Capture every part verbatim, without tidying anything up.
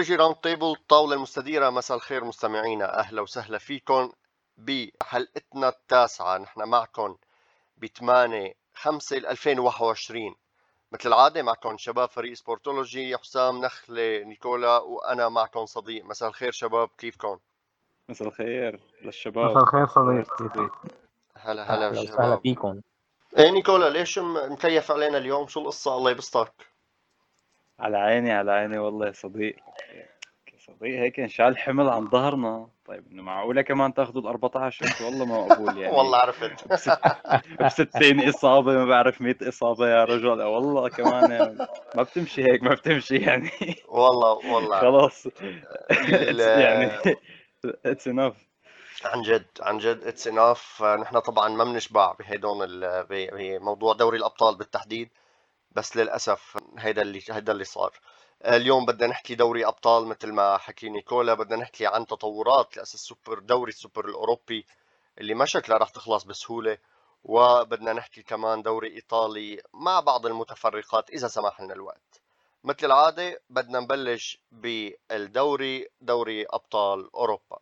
تكنولوجي راوند تيبل، الطاولة المستديرة. مساء الخير مستمعينا، أهلا وسهلا فيكم بحلقتنا التاسعة. نحن معكم ب ثمانية خمسة ألفين وواحد وعشرين مثل العادة. معكم شباب فريق سبورتولوجي، حسام، نخلة، نيكولا، وأنا معكم صديق. مساء الخير شباب، كيفكم؟ مساء الخير للشباب. مساء الخير صديقي. هلا هلا أهلا وسهلا شباب. فيكم. ايه نيكولا، ليش م- مكيف علينا اليوم؟ شو القصة؟ الله يبسطك. على عيني على عيني والله يا صديق. يا صديق هيك انشال حمل عن ظهرنا. طيب انه معقولة كمان تاخذوا ال أربعة عشر؟ انت والله ما مقبول يعني. والله عرفت. بست ب ستين إصابة، ما بعرف مئة إصابة يا رجل. والله كمان ما بتمشي هيك، ما بتمشي يعني. والله والله خلاص ال- It's- يعني it's enough. عن جد عن جد اتس اناف. نحن طبعا ما بنشبع بهدول ال- بموضوع دوري الابطال بالتحديد، بس للاسف هيدا اللي هيدا اللي صار. اليوم بدنا نحكي دوري ابطال مثل ما حكي نيكولا. بدنا نحكي عن تطورات كاس السوبر، دوري السوبر الاوروبي اللي ما شكلها راح تخلص بسهوله. وبدنا نحكي كمان دوري ايطالي مع بعض المتفرقات اذا سمح لنا الوقت. مثل العاده بدنا نبلش بالدوري، دوري ابطال اوروبا.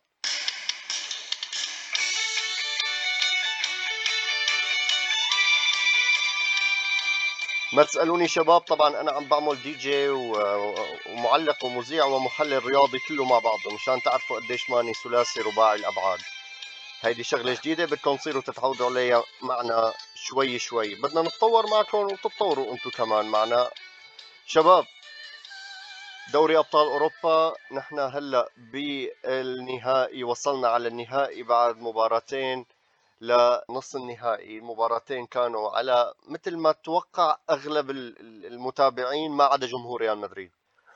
ما تسألوني شباب، طبعا أنا عم بعمل دي جي و- ومعلق ومذيع ومحلل رياضي كله مع بعضه، مشان تعرفوا قديش ماني ثلاثي رباعي الأبعاد. هيدي شغلة جديدة بدكم تصيروا تتعودوا عليها معنا شوي شوي. بدنا نتطور معكم وتتطوروا أنتم كمان معنا شباب. دوري أبطال أوروبا، نحن هلأ بالنهائي، وصلنا على النهائي بعد مباراتين لنص النهائي. المباراتين كانوا على مثل ما توقع أغلب ال- المتابعين ما عدا جمهور ريال مدريد.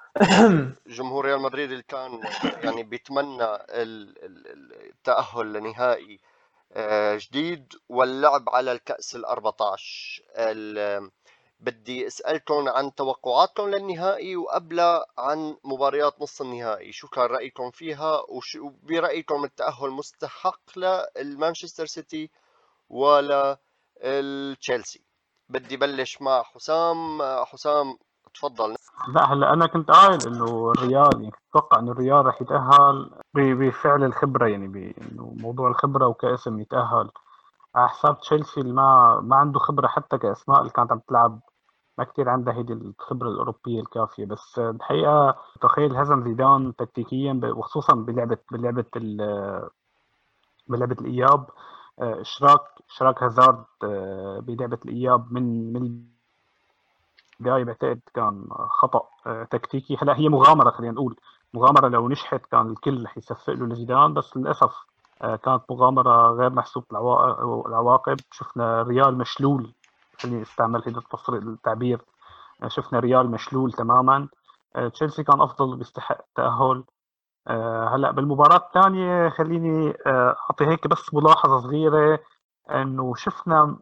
جمهور ريال مدريد اللي كان يعني بيتمنى ال- ال- التأهل لنهائي آه، جديد واللعب على الكأس الأربعة عشر. ال- بدي أسألكم عن توقعاتكم للنهائي، وقبلها عن مباريات نص النهائي. شو كان رأيكم فيها؟ وشو برأيكم التأهل مستحق للمانشستر سيتي ولا التشيلسي؟ بدي بلش مع حسام. حسام تفضل. لا هلا انا كنت قايل انه الريال، يعني كنت اتوقع انه الريال رح يتاهل ب- بفعل الخبره، يعني بانه موضوع الخبره وكاسم يتاهل، على حساب تشيلسي اللي ما ما عنده خبره حتى كاسماء اللي كانت عم تلعب، ما كتير عندها هيدي الخبره الاوروبيه الكافيه. بس الحقيقه تخيل هزم زيدان تكتيكيا، ب- وخصوصا بلعبه بلعبه ال- بلعبه الاياب. آه، اشراك اشراك هازارد آه، بلعبه الاياب من من البداية بعتقد كان خطأ آه، تكتيكي. هلا هي مغامرة، خلينا نقول مغامرة، لو نجحت كان الكل رح يصفق له لزيدان، بس للأسف آه، كانت مغامرة غير محسوبة العوا- العواقب. شفنا ريال مشلول، خليني استعمل هذا التصريح التعبير. آه، شفنا ريال مشلول تماما. آه، تشيلسي كان أفضل، بيستحق التأهل. آه، هلا بالمباراة الثانية خليني آه، أعطي هيك بس ملاحظة صغيرة، إنه شفنا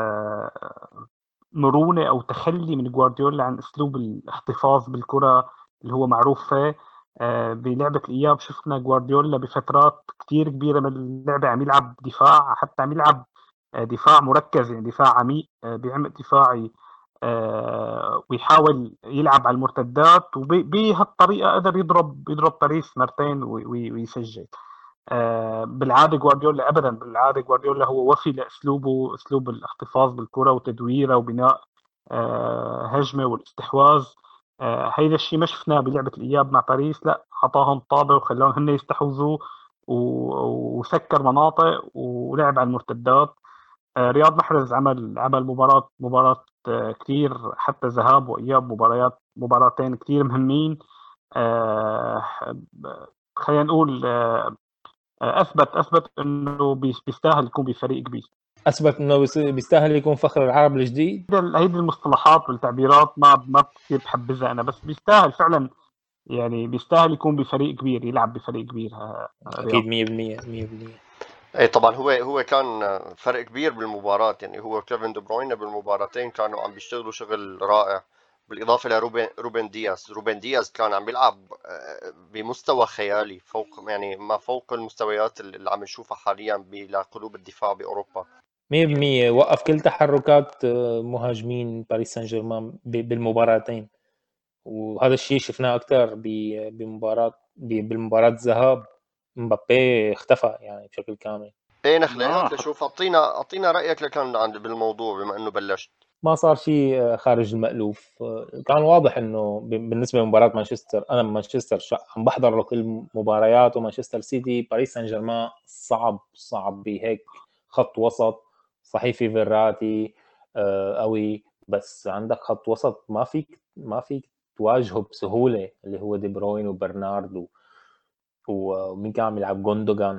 آه، مرونة أو تخلي من جوارديولا عن أسلوب الاحتفاظ بالكرة اللي هو معروف فيه. آه، بلعبة الإياب شفنا جوارديولا بفترات كتير كبيرة من اللعبة عم يلعب دفاع، حتى عم يلعب آه، دفاع مركز، يعني دفاع عميق آه، بعمق دفاعي، آه، ويحاول يلعب على المرتدات، وبهالطريقة قدر يضرب يضرب باريس مرتين وي- وي- ويسجل. آه، بالعاده جوارديولا ابدا، بالعاده جوارديولا هو وفي لاسلوبه، اسلوب الاحتفاظ بالكره وتدويرها وبناء آه، هجمه والاستحواذ. آه، هيدا الشيء ما شفناه بلعبه الاياب مع باريس، لا اعطاهم طابه وخلاهم هن يستحوذوا و- وسكر مناطق ولعب على المرتدات. آه، رياض محرز عمل عمل مباراه مباراه آه، كثير، حتى ذهاب واياب مباريات مباراتين كثير مهمين. آه، خلينا نقول آه، اثبت اثبت انه بيس- بيستاهل يكون بفريق كبير. اثبت انه بيس- بيستاهل يكون فخر العرب الجديد. هيدي هيدي المصطلحات والتعبيرات ما ما كثير بحبذها انا، بس بيستاهل فعلا، يعني بيستاهل يكون بفريق كبير، يلعب بفريق كبير. ها- رياض اكيد مية بالمية مية بالمية. اي طبعا، هو هو كان فرق كبير بالمباراة. يعني هو كيفن دي بروين بالمباراتين كانوا عم بيشتغلوا شغل رائع، بالإضافة لروبن روبن دياز. روبن دياز كان عم بيلعب آه، بمستوى خيالي، فوق يعني ما فوق المستويات اللي عم نشوفها حاليا بقلوب الدفاع بأوروبا. مية بالمية وقف كل تحركات آه، مهاجمين باريس سان جيرمان ب- بالمباراتين. وهذا الشيء شفناه اكثر بمباراه بالمباراه الذهاب. مبابي اختفى يعني بشكل كامل. ايه نخلة آه، هات لشوف، اعطينا اعطينا رايك لكان عند بالموضوع بما انه بلشت. ما صار شيء خارج المألوف. كان واضح انه بالنسبه لمباراه مانشستر، انا مانشستر شا- عم بحضر له كل مباريات، ومانشستر سيتي باريس سان جيرمان صعب صعب بهيك خط وسط. صحيح في فيراتي آه، قوي، بس عندك خط وسط ما فيك ما فيك تواجهه بسهوله، اللي هو دي بروين وبرناردو ومين كان عم يلعب جوندوجان.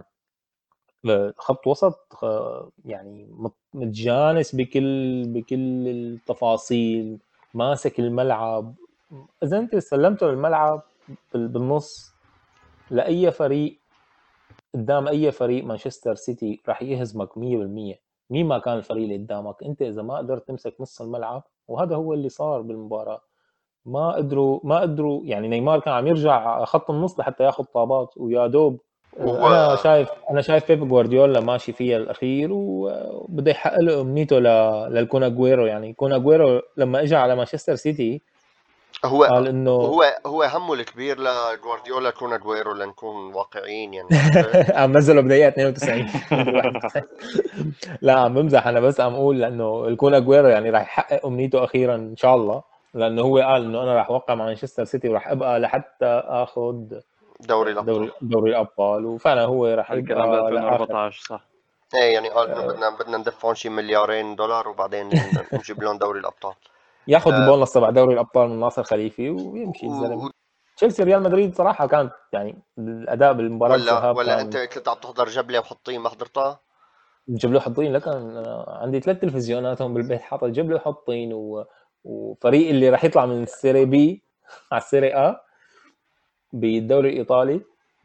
خط وسط آه، يعني مت- متجانس بكل بكل التفاصيل، ماسك الملعب. اذا انت سلمته الملعب بال- بالنص لاي فريق، قدام اي فريق مانشستر سيتي راح يهزمك مية بالمية. مين ما كان الفريق اللي قدامك، انت اذا ما قدرت تمسك نص الملعب، وهذا هو اللي صار بالمباراه. ما قدروا ما قدروا يعني نيمار كان عم يرجع خط النص لحتى ياخذ طابات، ويا دوب. و انا شايف انا شايف بيب جوارديولا ماشي فيها الاخير، وبده يحقق له امنيته للكون اجويرو. يعني كون اجويرو لما اجى على مانشستر سيتي هو قال انه هو هو همه الكبير لجوارديولا كون اجويرو، لنكون واقعيين يعني، عرفت؟ عم نزله بدقيقه اثنين وتسعين واحد وتسعين. لا عم بمزح، انا بس عم اقول لانه الكون اجويرو يعني راح يحقق امنيته اخيرا ان شاء الله، لانه هو قال انه انا راح اوقع مع مانشستر سيتي وراح ابقى لحتى اخذ دوري الابطال. دوري دوري الابطال، وفعلا هو راح هذا الكلام ب يبقى لاخر. ألفين وأربعة عشر صح. ايه يعني قال انه بدنا بدنا ندفعهم شي مليارين دولار وبعدين نجيب لهم دوري الابطال. ياخذ آه، البونص تبع دوري الابطال من ناصر خليفي ويمشي الزلمه. و- تشيلسي ريال مدريد صراحه كانت يعني الاداء بالمباراه ولا الذهاب ولا انت كان كنت عم تحضر جبله وحطين ما حضرتها؟ جبلوا حطين. لكن أنا عندي ثلاث تلفزيونات هون بالبيت حاطط جبلوا حطين و... وفريق اللي راح يطلع من السيري بي على السيري ا بالدوري الايطالي.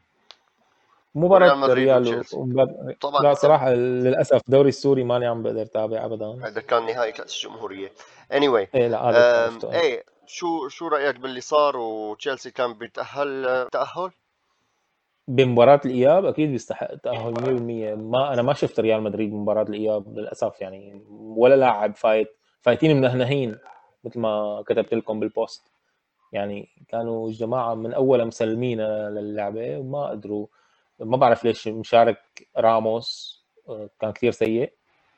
وريال مباراة مدريد الريال و... وتشيلسي. ومبار... طبعا لا انت صراحة للأسف الدوري السوري ماني عم بقدر تابع أبدا. هذا كان نهائي كأس الجمهورية. anyway إيه لا هذا شفته. إيه. ايه شو شو رأيك باللي صار وتشيلسي كان بيتأهل تأهل؟ بمباراة الإياب أكيد بيستحق التأهل مية بالمية. ما أنا ما شفت ريال مدريد بمباراة الإياب للأسف، يعني ولا لاعب فايت فايتين منهنهين مثل ما كتبت لكم بالبوست. يعني كانوا الجماعة من أول مسلمين للعبة وما قدروا. ما بعرف ليش مشارك راموس كان كثير سيء.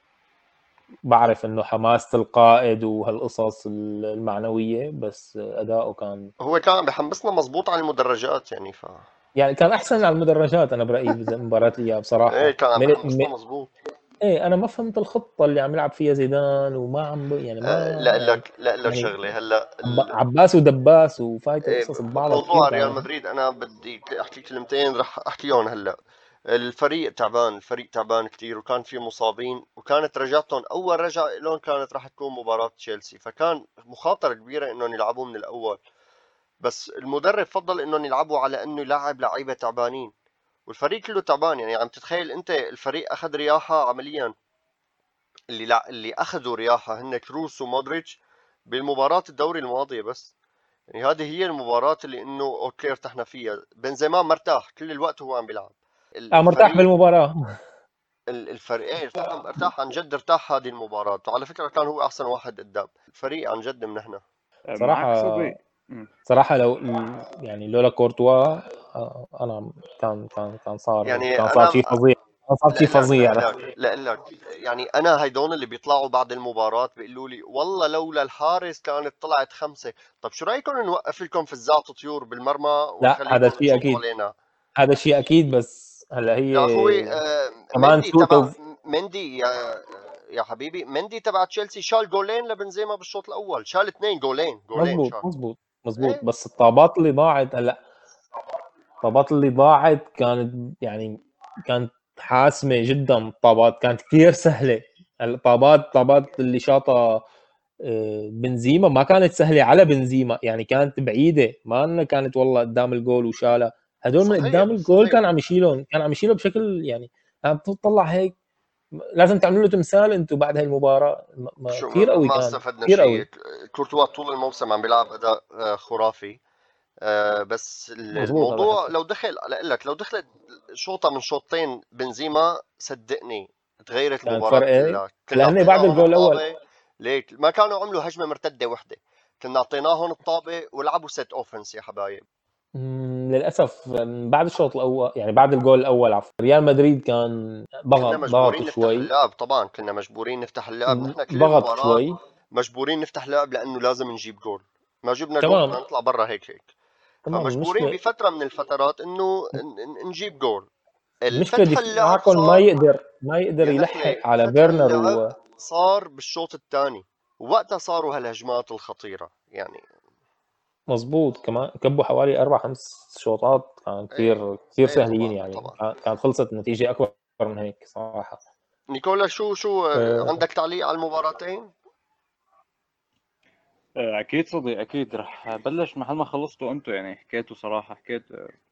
بعرف إنه حماسة القائد وهالقصص المعنوية، بس أداؤه كان هو كان بحمسنا مزبوط على المدرجات يعني ف يعني كان أحسن على المدرجات. أنا برأيي بمباراة الإياب صراحة. ايه كان عم مل... بحمسنا م... مزبوط. ايه انا ما فهمت الخطه اللي عم يلعب فيها زيدان، وما عم ب... يعني ما آه، لا يعني لك لا لك يعني شغله هلا عب... ال- عباس ودباس وفايت إيه، القصص ببعضها كثير بموضوع ريال تعبان. مدريد انا بدي احكي كلمتين رح احكيهم هلا. الفريق تعبان، الفريق تعبان كتير، وكان في مصابين، وكانت رجعتهم اول رجعه لهم كانت راح تكون مباراه تشيلسي، فكان مخاطره كبيره انهم يلعبوا من الاول. بس المدرب فضل انهم يلعبوا على انه يلعب لعيبه تعبانين، والفريق كله تعبان. يعني عم تتخيل انت الفريق اخذ رياحه عمليا. اللي لا اللي اخذوا رياحه هن كروس ومودريتش بالمباراه الدوري الماضيه بس. يعني هذه هي المباراة اللي انه اوكي ارتحنا فيها. بنزيما مرتاح كل الوقت وهو عم بيلعب. ال- اه مرتاح الفريق بالمباراه. ال- الفريق ايه ارتاح ارتاح عن جد، ارتاح هذه المباراة، وعلى فكرة كان هو احسن واحد قدام الفريق عن جد من هنا. معك صراحه صديق. مم. صراحه لو يعني لولا كورتوا آه، انا كان كان كان صار يعني كان صار انا شيء فظيع. كان صار شيء لا لك فظيع. لا لك لا لك يعني انا هيدون اللي بيطلعوا بعد المباراة بيقولوا لي والله لولا الحارس كانت طلعت خمسة. طب شو رايكم نوقف لكم فزاعة طيور بالمرمى لا هذا ونخليكم شيء تشوطوا اكيد. علينا؟ هذا شيء اكيد. بس هلا يا هي اخوي آه، كمان مندي سوء تبع توف... مندي يا يا حبيبي، مندي تبع تشيلسي شال جولين لبنزيما بالشوط الاول، شال اثنين جولين جولين مزبوط شال. مزبوط مزبوط. ايه بس الطابات اللي ضاعت هلا الطابات اللي ضاعت كانت يعني كانت حاسمة جدا. الطابات كانت كثير سهلة. الطابات طابات اللي شاطها آه، بنزيما ما كانت سهلة على بنزيما، يعني كانت بعيدة، ما انها كانت والله قدام الجول وشالها. هدول من قدام صحيح الجول كان صحيح. عم يشيلهم كان عم يشيلهم بشكل يعني عم تطلع هيك. لازم تعملوا له تمثال انتم بعد هاي المباراة. ما- ما- شو كثير ما, قوي ما كان استفدنا كثير شيء. قوي. كورتوا طول الموسم عم بيلعب اداء آه، خرافي. آه، بس مزبوط هذا الموضوع حكي. لو دخل لك لك لو دخلت شوطه من شوطين بنزيما صدقني تغيرت كانت المباراه فرقة. كلها. كنا هلا هن بعد اعطيناهم الجول الاول الطابه. ليك ما كانوا عملوا هجمه مرتده وحده، كنا اعطيناهم الطابه ولعبوا سيت اوفنس يا حبايب. مم، للاسف بعد الشوط الاول يعني بعد الجول الاول عفوا ريال مدريد كان كنا ضغط مجبورين ضغط نفتح شوي اللعب طبعا، كنا مجبورين نفتح اللعب نحن كل ضغط المباراه شوي مجبورين نفتح لعب لانه لازم نجيب جول. ما جبنا جول تمام بدنا نطلع برا هيك هيك. تمام. فمجبورين المشكله بفتره من الفترات انه ن- ن- نجيب جول. المشكله الفتح اللعب دفاعكم ما صار يقدر ما يقدر يا يلحق نخلة، على فتح فيرنر اللعب و صار بالشوط الثاني، ووقتها صاروا هالهجمات الخطيره يعني. مظبوط. كمان كبوا حوالي اربع خمس شوطات كان ايه كثير كثير ايه سهلين طبعا يعني طبعا. كان- كانت خلصت النتيجه اكبر من هيك صراحه. نيكولا شو شو أه عندك تعليق على المباراتين؟ آه، اكيد صديق، اكيد رح بلش محل ما خلصتوا انتوا، يعني حكيتوا صراحه، حكيت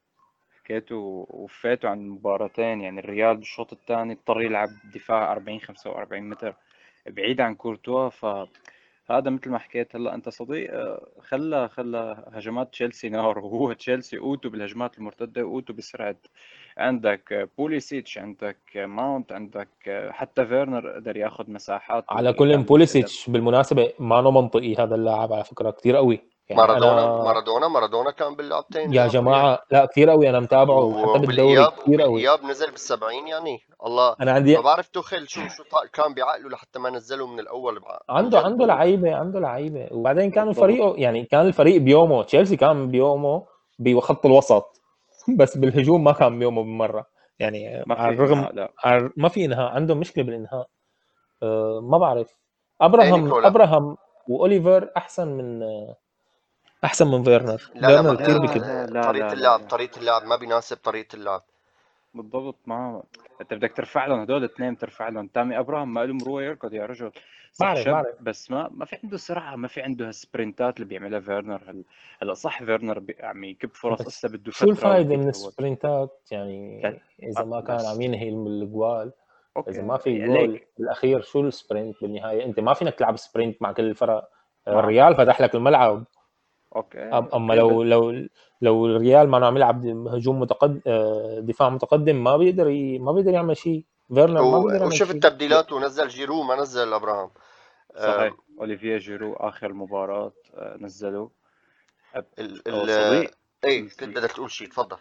حكيتوا وفاتوا عن المباراتين. يعني الريال بالشوط الثاني اضطر يلعب دفاع أربعين خمسة وأربعين متر بعيد عن كورتوا. فهذا مثل ما حكيت هلا انت صديق، آه، خلى خلى هجمات تشيلسي نار. وهو تشيلسي اوتو بالهجمات المرتده، اوتو بسرعه. عندك آه، بوليسيتش، عندك آه، ماونت، عندك آه، حتى فيرنر قدر ياخذ مساحات على كل ويلعب بالمرتدات. بوليسيتش بالمناسبه ما نو منطقي هذا اللاعب على فكره كثير قوي يعني. مارادونا انا مارادونا مارادونا كان باللعبتين يا لعب وياه، جماعه لا كثير قوي انا متابعه وحتى بالدوري وبالاياب كثير قوي. وبالاياب نزل بالسبعين يعني. الله انا عندي ما بعرف توخيل شو شو طا- كان بعقله لحتى ما نزله من الاول بع- عن عنده جد. عنده لعيبه عنده لعيبه وبعدين كان بالضبط. الفريق يعني كان الفريق بيومه تشيلسي كان بيومه بخط الوسط بس بالهجوم ما كان بيومه بالمره يعني. ما على في الرغم انهاء، لا. على ما في انهاء، عندهم مشكله بالانهاء. أه ما بعرف. ايه ابراهام نيكولا. ابراهام واوليفر احسن من احسن من فيرنر. لا لا فيرنر ما- كثير آه، بكب. لا آه، لا طريقة لا لا اللعب لا طريقة اللعب ما بيناسب طريقة اللعب. بالضبط. ما انت بدك ترفع لهم هدول الاثنين، ترفع لهم. تامي ابراهام ما له مروه يركض يا رجل، صح بعرف شاب بعرف بس ما ما في عنده سرعه، ما في عنده هالسبرنتات اللي بيعملها فيرنر. هل... هلا صح فيرنر بي... عم يكب فرص، بس هسه بده شو فتره الفائده ودي من يتعود. السبرنتات لا يعني اذا أه، ما كان عم بس ينهي الجوال؟ اذا ما اوكي في جول ليك. بالاخير شو السبرنت بالنهايه؟ انت ما فينك تلعب سبرنت مع كل الفرق. معك الريال فتح لك الملعب. اوكي أم- اما اوكي بس لو لو لو الريال ما عم يلعب هجوم متقدم دفاع متقدم ما بيقدر ي... ما بيقدر يعمل شيء. فيرنر ما بيقدر و- يعمل وشوف شيء. التبديلات ونزل جيرو ما نزل ابراهام. صحيح. آم، اوليفييه جيرو اخر مباراه آه، نزله. أب- ال أو ال صديق ايه كنت ال- بدك تقول شيء تفضل.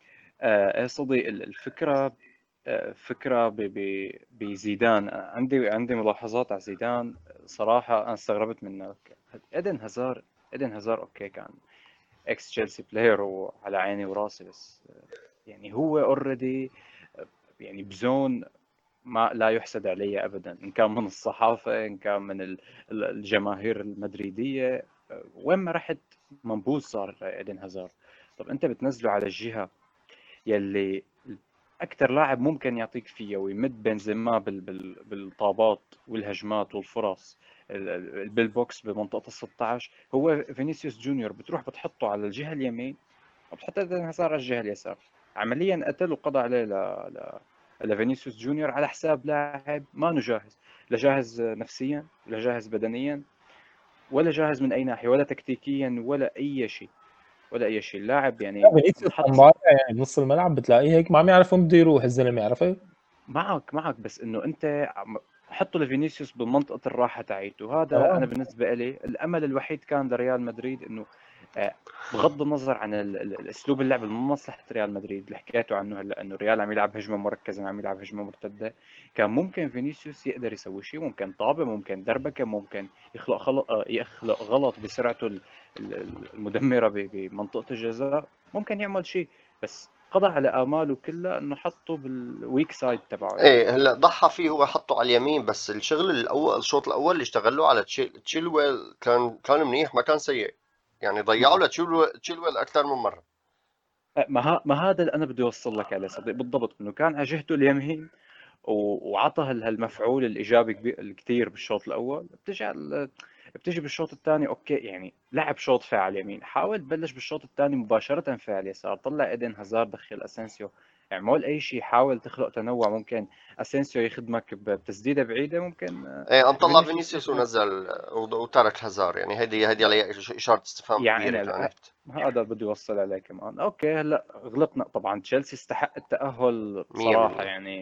آه، ايه صديق، ال- الفكره آه، فكرة ب- ب- بزيدان. عندي عندي ملاحظات على زيدان صراحة أنا استغربت منك. إيدن هازار إيدن هازار أوكي، كان إكس تشيلسي بلاير وعلى عيني وراسي، بس يعني هو اوريدي يعني بزون ما لا يحسد عليه أبدا، إن كان من الصحافة، إن كان من ال- ال- الجماهير المدريدية. وين ما رحت منبوذ صار إيدن هازار. طب أنت بتنزله على الجهة يلي اكثر لاعب ممكن يعطيك فيها ويمد بنزيما بال بال بالطابات والهجمات والفرص ال- ال- بالبوكس بمنطقة ال ستاشر، هو فينيسيوس جونيور. بتروح بتحطه على الجهة اليمين وبتحط ايدن هازار على الجهة اليسار. عمليا قتل وقضى عليه ل... ل... لفينيسيوس جونيور على حساب لاعب ما انه جاهز، لا جاهز نفسيا ولا جاهز بدنيا ولا جاهز من اي ناحية، ولا تكتيكيا ولا اي شيء، ولا اي شيء. اللاعب يعني فينيسيوس انحط. امبارح يعني بنص الملعب بتلاقيه هيك ما عم يعرف وين بده يروح الزلمه، عرفت؟ معك معك بس انه انت عم- حطوا لفينيسيوس بمنطقة الراحة تاعيته. هذا انا تمام. بالنسبة لي الامل الوحيد كان لريال مدريد، انه آه، بغض النظر عن ال- ال- الاسلوب اللعب من مصلحة ريال مدريد اللي حكيته عنه هلا، انه الريال عم يلعب هجمة مركزة، عم يلعب هجمة مرتدة. كان ممكن فينيسيوس يقدر يسوي شيء، ممكن طابة، ممكن دربكة، ممكن يخلق خلق آه، يخلق غلط بسرعته ال- ال- المدمرة ب- بمنطقة الجزاء، ممكن يعمل شيء. بس قضى على آماله كلها انه حطه بالويك سايد تبعه يعني. ايه هلا ضحى فيه، هو حطه على اليمين، بس الشغل الاول الشوط الاول اللي اشتغلوه على تشيل تشيلويل كان كان منيح، ما كان سيء يعني. ضيعوا معك. لتشيلويل تشيلويل اكثر من مره. ما ها ما هذا اللي انا بدي اوصل لك عليه صديق، بالضبط انه كان على جهته اليمين و- وعطى هال- هالمفعول الايجابي كبي- الكثير بالشوط الاول. بتجي على بتجي بالشوط الثاني اوكي، يعني لعب شوط فعل يمين، حاول بلش بالشوط الثاني مباشره فعل يسار، طلع ايدن هازار، دخل اسينسيو، اعمل اي شيء، حاول تخلق تنوع. ممكن اسينسيو يخدمك ب- بتسديده بعيده، ممكن آه، ايه قام طلع فينيسيوس فينيسيوس يخدمك. ونزل وترك هازار، يعني هيدي هيدي عليها اشاره استفهام كبيره يعني لا، كانت. هذا بدي اوصل عليه كمان. اوكي هلا غلطنا طبعا، تشيلسي استحق التأهل مية بصراحة بالمية. يعني.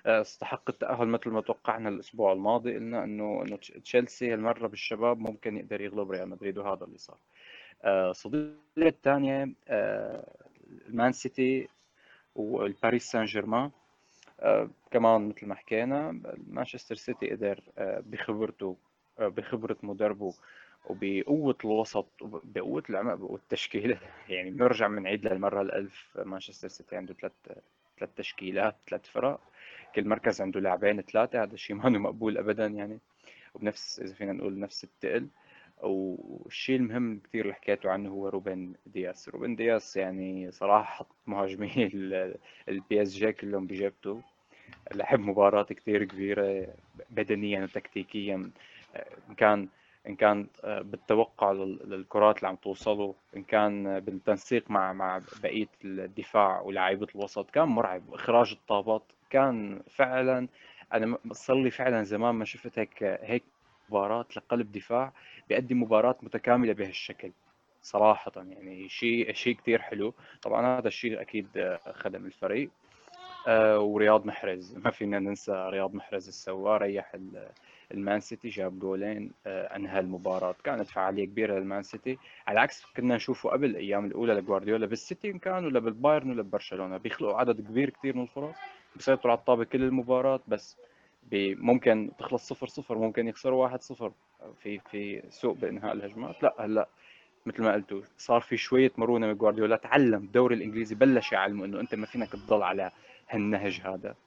استحق التأهل مثل ما توقعنا الأسبوع الماضي. قلنا إنه إنه تشيلسي هالمرة بالشباب ممكن يقدر يغلب ريال مدريد، وهذا اللي صار. صديقي الثانية المان سيتي والباريس سان جيرمان. كمان مثل ما حكينا مانشستر سيتي قدر بخبرته بخبرة مدربه وبقوة الوسط وبقوة العمق والتشكيلة. يعني بنرجع بنعيد للمرة الألف، مانشستر سيتي عنده ثلاث ثلاث تشكيلات، ثلاث فرق، كل مركز عنده لاعبين ثلاثة. هذا الشيء ما مقبول أبدا يعني، وبنفس إذا فينا نقول نفس التقل. والشيء المهم كثير اللي حكيته عنه هو روبن دياس. روبن دياس يعني صراحة حط مهاجمين البي اس جي كلهم بجيبته. لعب مباراة كثير كبيرة بدنيا وتكتيكيا، إن كان إن كان بالتوقع للكرات اللي عم توصله، إن كان بالتنسيق مع مع بقية الدفاع ولاعيبة الوسط، كان مرعب. إخراج الطابات كان فعلا، أنا صار لي فعلا زمان ما شفت هيك هيك مباراة لقلب دفاع بيقدم مباراة متكاملة بهالشكل صراحة. يعني شيء شيء كثير حلو. طبعا هذا الشيء أكيد خدم الفريق. آه ورياض محرز ما فينا ننسى رياض محرز السوا، ريح المان سيتي، جاب جولين، آه انهى المباراة. كانت فعالية كبيرة للمان سيتي، على عكس كنا نشوفه قبل الايام الاولى لجوارديولا بالسيتي، ان كان ولا بالبايرن ولا ببرشلونة. بيخلقوا عدد كبير كتير من الفرص، بيسيطروا على الطابة كل المباراة، بس ممكن تخلص صفر صفر، ممكن يخسروا واحد صفر في في سوء بانهاء الهجمات. لا هلا مثل ما قلتوا صار في شوية مرونة من جوارديولا. تعلم الدوري الإنجليزي، بلش يعلمه إنه أنت ما فينك تضل على هالنهج هذا،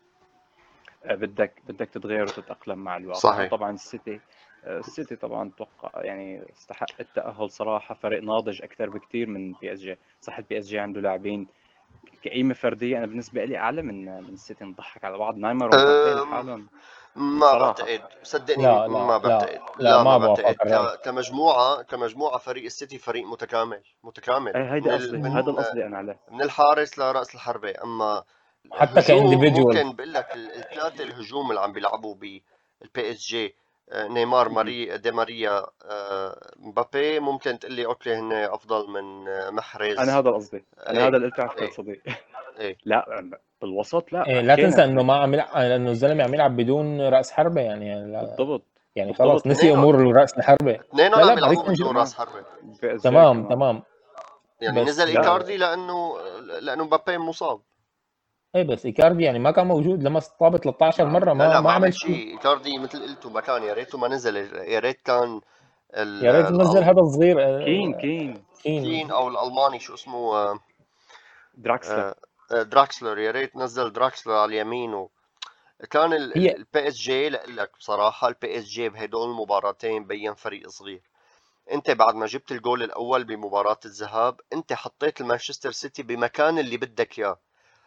بدك بدك تتغير وتتأقلم مع الواقع. صحيح. طبعا السيتي السيتي طبعا توقع يعني استحق التأهل صراحة. فريق ناضج أكثر بكتير من بي اس جي. صح البي اس جي عنده لاعبين كقيمة فردية أنا بالنسبة لي أعلى من من السيتي. نضحك على بعض، نايمار ومبابي لحالهم ما صراحة. بعتقد، صدقني لا ما لا لا بعتقد. لا لا ما ما بعتقد. بوافقك الرأي. ك- كمجموعة كمجموعة فريق السيتي فريق متكامل متكامل اي من هيدا ال... قصدي، من هذا القصدي أنا عليه. من الحارس لرأس الحربة. أما حتى هجوم كانديفيدوال. ممكن بقول لك الثلاثة الهجوم اللي عم بيلعبوا بالبي اس جي، نيمار، ماري دي ماريا، آه، مبابي، ممكن تقول لي اوكي هن افضل من آه، محرز. أنا هذا قصدي، أنا ايه هذا اللي قلته على فكرة ايه صديق. ايه لا بالوسط لا إيه لا تنسى حكينا انه ما عم يلعب، انه الزلمه عم يلعب بدون راس حربه يعني, يعني لا بالضبط يعني بالضبط. خلص نسي اثنينهم امور راس الحربه. اثنينهم لا لا عم باريس يلعبوا سان بدون جيرمان راس حربة. بي اس جي تمام كمان. تمام. يعني بس نزل لا ايكاردي لانه لانه مبابي مصاب. ايه بس ايكاردي يعني ما كان موجود، لما طاب ثلاثة عشر مره لا ما لا ما ما عمل عمل شيء. شيء. ايكاردي مثل قلتوا مكان، يا ريته ما نزل، يا ريت كان ال- يا ريت ننزل الأل- هذا الصغير كين آه، كين كين. كين او الالماني شو اسمه، آه، دراكسلر. آه، آه، دراكسلر. يا ريت نزل دراكسلر على اليمين. و... كان هي البي اس جي، لأقول لك بصراحة البي اس جي بهدول المباراتين بين فريق صغير. انت بعد ما جبت الجول الاول بمباراة الذهاب، انت حطيت المانشستر سيتي بمكان اللي بدك اياه.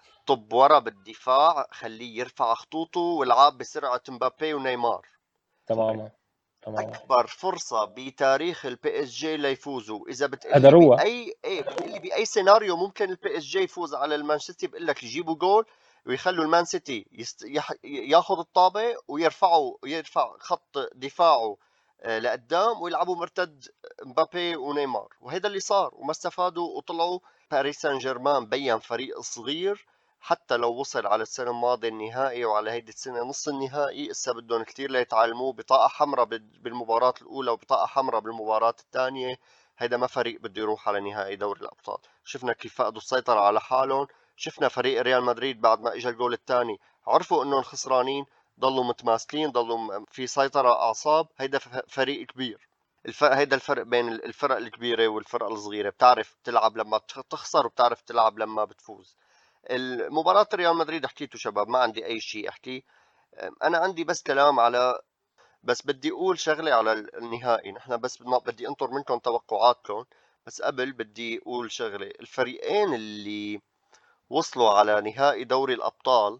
طب ورا بالدفاع، خليه يرفع خطوطه والعاب بسرعة مبابي ونيمار. صحيح. تماما تماما. اكبر فرصة بتاريخ البي اس جي ليفوزوا. اذا بتقلي قدروها. باي ايه بتقلي باي سيناريو ممكن البي اس جي يفوز على المان سيتي، بقول لك يجيبوا جول ويخلوا المان سيتي يست... يح... ياخذ الطابة ويرفعوا يرفع خط دفاعه آه، لقدام ويلعبوا مرتد مبابي ونيمار. وهذا اللي صار، وما استفادوا وطلعوا. باريس سان جيرمان بين فريق صغير، حتى لو وصل على السنة الماضية النهائي وعلى هيدي السنة نص النهائي، اسا بدهم كتير ليتعلموه. بطاقة حمراء بالمباراة الأولى وبطاقة حمراء بالمباراة الثانية. هيدا ما فريق بده يروح على نهائي دوري الأبطال. شفنا كيف فقدوا السيطرة على حالهم. شفنا فريق ريال مدريد بعد ما اجى الجول الثاني عرفوا انهم خسرانين، ضلوا متماسكين، ضلوا في سيطرة أعصاب. هيدا فريق كبير. الفرق هيدا الفرق بين الفرق الكبيرة والفرق الصغيرة، بتعرف تلعب لما تخسر وبتعرف تلعب لما بتفوز. المباراة ريال مدريد حكيتوا شباب، ما عندي أي شيء أحكي. أنا عندي بس كلام على، بس بدي أقول شغلة على النهائي. نحن بس بدي أنطر منكم توقعاتكم. بس قبل بدي أقول شغلة. الفريقين اللي وصلوا على نهائي دوري الأبطال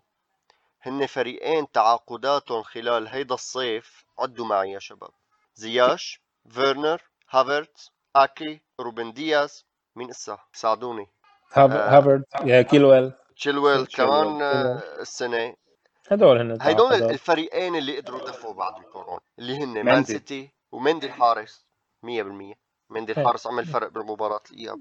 هن فريقين تعاقداتهم خلال هيدا الصيف، عدوا معي يا شباب: زياش، فيرنر، هافرتز، أكي، روبن دياز. مين إسا؟ ساعدوني. آه، هافرد يا كيلويل تشيلويل تشيلويل. كمان آه، السنة. هدول هن هيدول التعاقدات. الفريقين اللي قدروا يدفعوا بعد الكورونا، اللي هن مان مندي. سيتي ومندي الحارس. مية بالمية مندي الحارس عمل فرق بمباراة الإياب.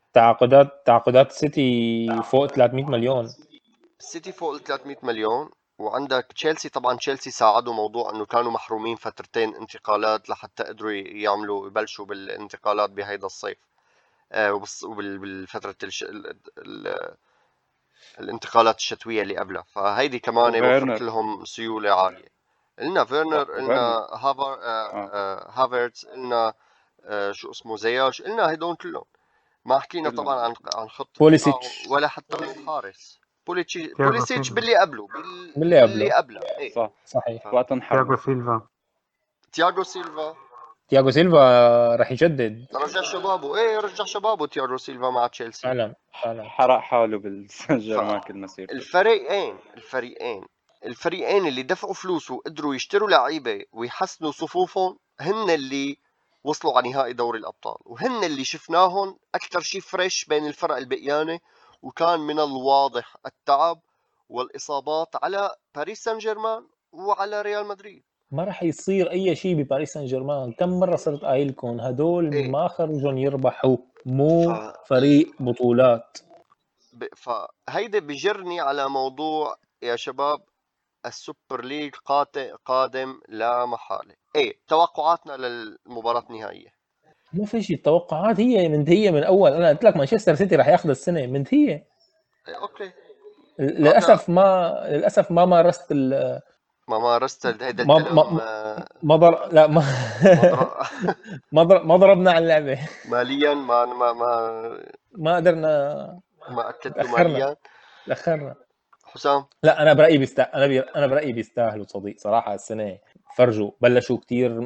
تعاقدات تعاقدات سيتي فوق ثلاثمية مليون. السيتي فوق ال ثلاثمية مليون، وعندك تشيلسي. طبعا تشيلسي ساعدوا موضوع انه كانوا محرومين فترتين انتقالات لحتى قدروا يعملوا يبلشوا بالانتقالات بهيدا الصيف، آه وبالفترة الش... ال... ال... الانتقالات الشتوية اللي قبلها، فهيدي كمان وفرت وفيرنر لهم سيولة عالية. قلنا صح فيرنر، وفيرنر قلنا هافر آه اه آه هافرتز، قلنا آه شو اسمه زياش، قلنا هدول كلهم. ما حكينا طبعا كلهم عن عن خط الدفاع بوليسيتش ولا حتى عن الحارس. بوليتشي تياغو بوليسيتش سيلفا باللي قبله بال... باللي باللي قبله قبله ايه. صح صحيح. ف... وقت تياغو انحرموا. سيلفا تياغو سيلفا تياغو سيلفا راح يجدد رجع شبابه، ايه رجع شبابه تياغو سيلفا مع تشيلسي. فعلا فعلا. حرق حاله بالسان جيرمان كل مسيرته. فالفريقين الفريقين الفريقين اللي دفعوا فلوس وقدروا يشتروا لعيبه ويحسنوا صفوفهم هن اللي وصلوا على نهائي دوري الابطال، وهن اللي شفناهم اكثر شيء فريش بين الفرق البقيانه. وكان من الواضح التعب والاصابات على باريس سان جيرمان وعلى ريال مدريد. ما راح يصير اي شيء بباريس سان جيرمان. كم مره صرت قايل لكم هدول إيه. ما خرجون يربحوا، مو ف... فريق بطولات. ب... فهيدا بجرني على موضوع يا شباب، السوبر ليج قات- قادم لا محالة. ايه توقعاتنا للمباراة النهائية؟ ما في شيء. التوقعات هي منتهيه من اول. انا قلت لك مانشستر سيتي راح ياخذ السنه، منتهيه. إيه اوكي. للاسف ما للاسف ما مارست ال... ما مارست هيدا ما الكلام. ما آه، ما ضر... لا ما مضر- ما, ضر... ما ضربنا على اللعبه. ماليا ما ما ما ما قدرنا، ما اكدته تاخرنا ماليا. تاخرنا. حسام لا انا برايي بيست... انا بي... انا برايي بيستاهلوا صديق صراحه. السنه فرجوا، بلشوا كتير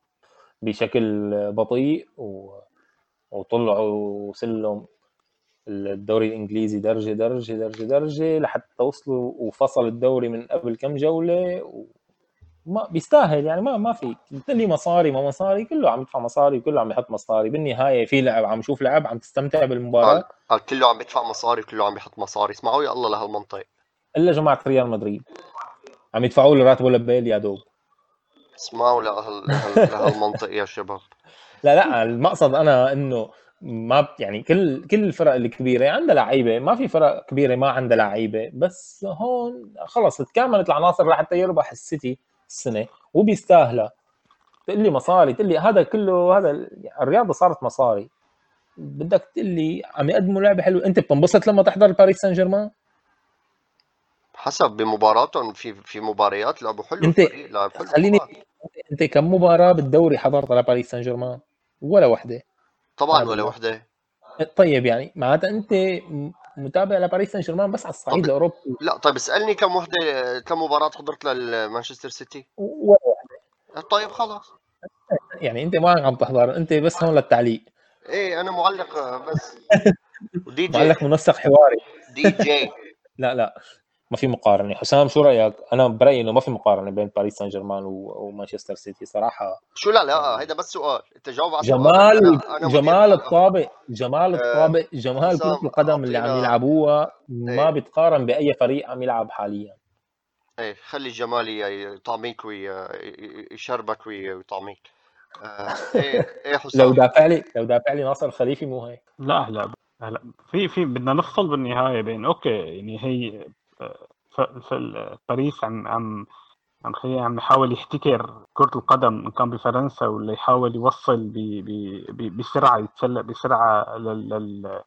بشكل بطيء و... وطلعوا سلم الدوري الانجليزي درجه درجه درجه درجه لحتى وصلوا، وفصل الدوري من قبل كم جوله. وما بيستاهل يعني. ما ما في لي مصاري ما مصاري، كله عم يدفع مصاري وكله عم يحط مصاري. بالنهايه في لعب، عم شوف لعب، عم تستمتع قال بالمباراه. قال كله عم يدفع مصاري وكله عم يحط مصاري. اسمعوا يا الله لهالمنطق. الا جماعه ريال مدريد عم يدفعوا له راتبه لبيل يا دوب. اسمعوا لهال... لهال... لهالمنطق يا شباب. لا لا المقصد انا انه ما يعني كل كل الفرق الكبيره عندها لعيبه. ما في فرق كبيره ما عندها لعيبه، بس هون خلص تكاملت العناصر لحتى يربح السيتي السنه وبيستاهلها. تقول لي مصاري، تقول لي هذا كله، هذا الرياضه صارت مصاري. بدك تقول لي عم يقدموا لعبه حلوه. انت بتنبسط لما تحضر باريس سان جيرمان؟ حسب بمباراتهم، في في مباريات لعبوا حلو، انت الفريق لعب حلو خليني، طبعا. انت كم مباراه بالدوري حضرت على باريس سان جيرمان؟ ولا وحده طبعا هذا ولا الله. وحده. طيب يعني معناتها انت متابع لباريس سان جيرمان بس على الصعيد طب الاوروبي. لا طيب اسألني كم وحدة كم مباراة حضرت للمانشستر سيتي؟ ولا طيب خلاص. يعني انت ما عم تحضر، انت بس هون للتعليق. ايه انا معلق آه، بس. ودي جي معلق منسق حواري. دي جي لا لا ما في مقارنه. حسام شو رايك؟ انا برايي انه ما في مقارنه بين باريس سان جيرمان و- ومانشستر سيتي صراحه. شو لا لا هيدا بس سؤال، انت جاوب على السؤال. جمال انا انا مدير جمال حلقة. الطابق جمال آه، الطابق جمال كرة حسام القدم اللي عم اعطينا يلعبوها ما ايه بيتقارن باي فريق عم يلعب حاليا. ايه خلي جمالي يطعميك ويشربك ويطعميك. آه، ايه ايه لو حسام. دافع لي لو دافع لي ناصر الخليفي مو هيك. لا هلا هلا في في بدنا نفصل بالنهايه بين اوكي يعني هي آه، ف- ف- باريس عم عم عم خلينا عم يحاول يحتكر كرة القدم إن كان بفرنسا، ولا يحاول يوصل ب ب ب بسرعة، يتسلق بسرعة لل لل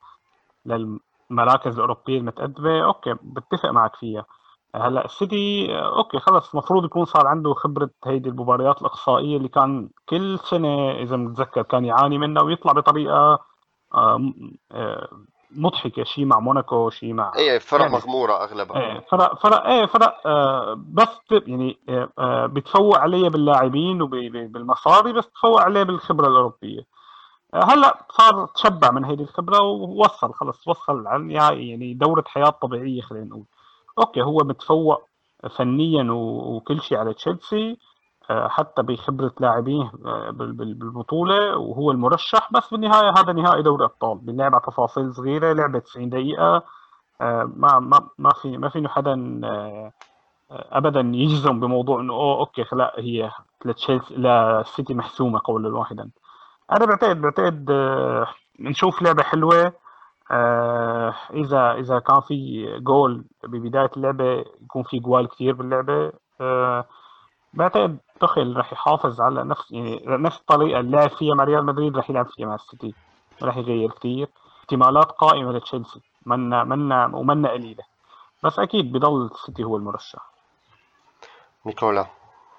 للمراكز الأوروبية المتقدمة. أوكي بتفق معك فيها. هلا السيتي آه، أوكي خلص المفروض يكون صار عنده خبرة هيدي المباريات الإقصائية اللي كان كل سنة إذا متذكر كان يعاني منها ويطلع بطريقة آه، م- آه، مضحكة، شيء مع موناكو، شيء مع ايه فرق يعني مغمورة اغلبها. ايه فرق فرق ايه فرق آه بس ت- يعني آه آه، بتفوق عليه باللاعبين وبالمصاري، بس تفوق عليه بالخبره الاوروبيه. آه هلا صار تشبع من هذه الخبره ووصل خلص، وصل على النهائي يعني دوره حياه طبيعيه خلينا نقول. اوكي هو متفوق فنيا و- وكل شيء على تشيلسي، آه حتى بخبره لاعبيه آه بال- بال- بالبطوله، وهو المرشح. بس بالنهايه هذا نهائي دوري ابطال، بنلعب على تفاصيل صغيره، لعبه تسعين دقيقه. آه، ما ما ما في ما فينه حدا آه، ابدا يجزم بموضوع انه اوه اوكي لا هي لتشيلسي للسيتي محسومه قولا واحدا. انا بعتقد بعتقد آه، بنشوف لعبه حلوه. آه اذا اذا كان في جول ببدايه اللعبه، يكون في جوال كثير باللعبه، آه بعتقد تخل رح يحافظ على نفس يعني نفس الطريقه اللي لعب فيها مع ريال مدريد رح يلعب فيها مع السيتي، ما رح يغير كثير. احتمالات قائمه لتشيلسي، منا منا ومنا قليله، بس اكيد بضل السيتي هو المرشح. نيكولا.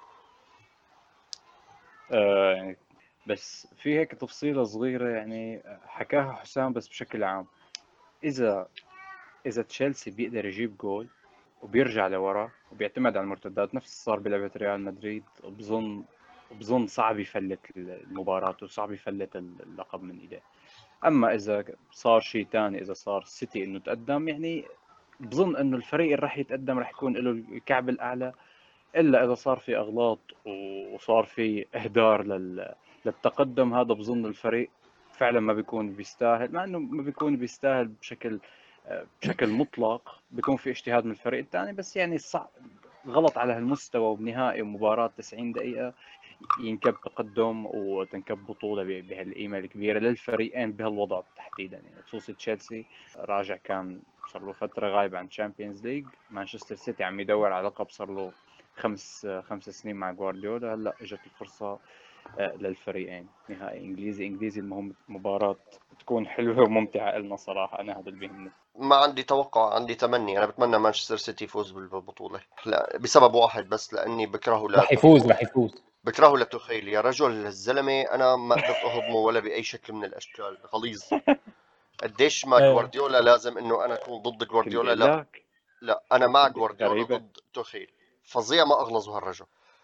آه يعني بس في هيك تفصيلة صغيرة يعني حكاها حسام بس بشكل عام. إذا إذا تشيلسي بيقدر يجيب جول وبيرجع لورا وبيعتمد على المرتدات نفس صار بلعبة ريال مدريد، بظن بظن صعب يفلت المباراة وصعب يفلت اللقب من إيده. أما إذا صار شيء تاني، إذا صار السيتي إنه تقدم، يعني بظن إنه الفريق اللي راح يتقدم راح يكون له الكعب الأعلى، إلا إذا صار في أغلاط وصار في إهدار لل... للتقدم. هذا بظن الفريق فعلا ما بيكون بيستاهل، مع إنه ما بيكون بيستاهل بشكل بشكل مطلق، بيكون في اجتهاد من الفريق الثاني، بس يعني صعب غلط على هالمستوى وبنهائي ومباراة تسعين دقيقة ينكب تقدم وتنكب بطولة بهالقيمة الكبيرة للفريقين بهالوضع تحديدا. يعني خصوصي تشيلسي راجع كان صار له فترة غايب عن تشامبيونز ليج، مانشستر سيتي عم يدور على لقب صار له خمس خمس سنين مع جوارديولا، هلا اجت الفرصة للفريقين نهائي انجليزي انجليزي. المهم مباراة تكون حلوة وممتعة لنا صراحة، انا هذا اللي بيهمني. ما عندي توقع، عندي تمني. انا بتمنى مانشستر سيتي يفوز بالبطولة، لا بسبب واحد بس، لاني بكرهه رح يفوز رح يفوز بكرهه لتوخيل. يا رجل الزلمة انا ما قدرت اهضمه ولا باي شكل من الاشكال، غليظ. قديش ما ايه جوارديولا لازم انه انا اكون ضد كنت جوارديولا، بقول لا لك لا انا مع جوارديولا غريبة. ضد توخيل. فظيع ما اغلظ هالرجل.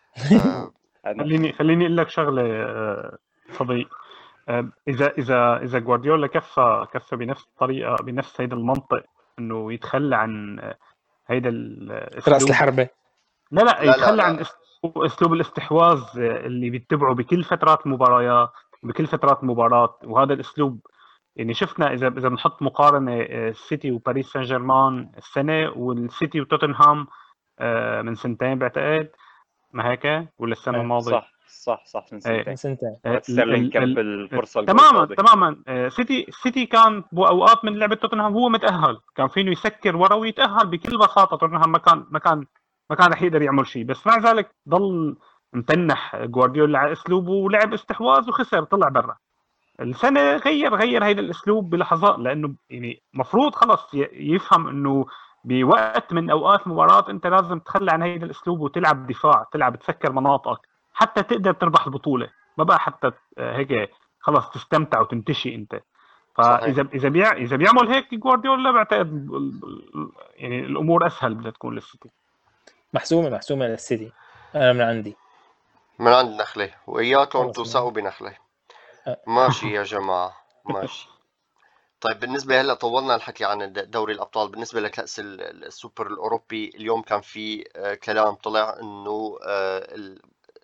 آه انا خليني خليني اقول لك شغله آه، صديق. آه، اذا اذا اذا جوارديولا كفى كفى بنفس الطريقه بنفس هيدا المنطق انه يتخلى عن آه، هيدا راس الاسلوب. الحربة. لا لا لا لا يتخلى عن لا اسلوب اسلوب الاستحواذ آه، اللي بيتبعه بكل فترات المباريات، بكل فترات المباراه. وهذا الاسلوب يعني شفنا اذا اذا بنحط مقارنه آه، السيتي وباريس سان جيرمان السنه والسيتي وتوتنهام آه، من سنتين بعتقد، ما هيك ولا السنه ايه الماضيه؟ صح صح صح من آه، من سنتين سنتين. آه، وقت ال ستيرلينج ال كب ال الفرصة الجول تماما فاضي. تماما. آه، سيتي سيتي كان بأوقات من لعبة توتنهام هو متأهل، كان فينه يسكر ورا ويتأهل بكل بساطة. توتنهام ما كان ما كان ما كان رح يقدر يعمل شيء، بس مع ذلك ضل متنح جوارديولا على اسلوبه ولعب استحواذ وخسر طلع برا. السنة غير غير هيدا الاسلوب بلحظات، لانه يعني مفروض خلص ي- يفهم انه بوقت من اوقات المباراة انت لازم تخلى عن هيدا الاسلوب وتلعب دفاع، تلعب تسكر مناطقك حتى تقدر تربح البطولة، ما بقى حتى آه، هيك خلص تستمتع وتنتشي انت. صحيح. فاذا اذا بيع اذا بيعمل هيك جوارديولا بعتقد ال- ال- يعني الامور اسهل بدها تكون للسيتي. محسومة محسومة للسيتي. انا من عندي من عند نخلة، واياكم خلص توثقوا من بنخلة. أه. ماشي يا جماعة، ماشي. طيب بالنسبة هلا طولنا الحكي عن الد- دوري الأبطال. بالنسبة لكأس ال- ال- السوبر الأوروبي، اليوم كان في آه، كلام طلع إنه آه، ال-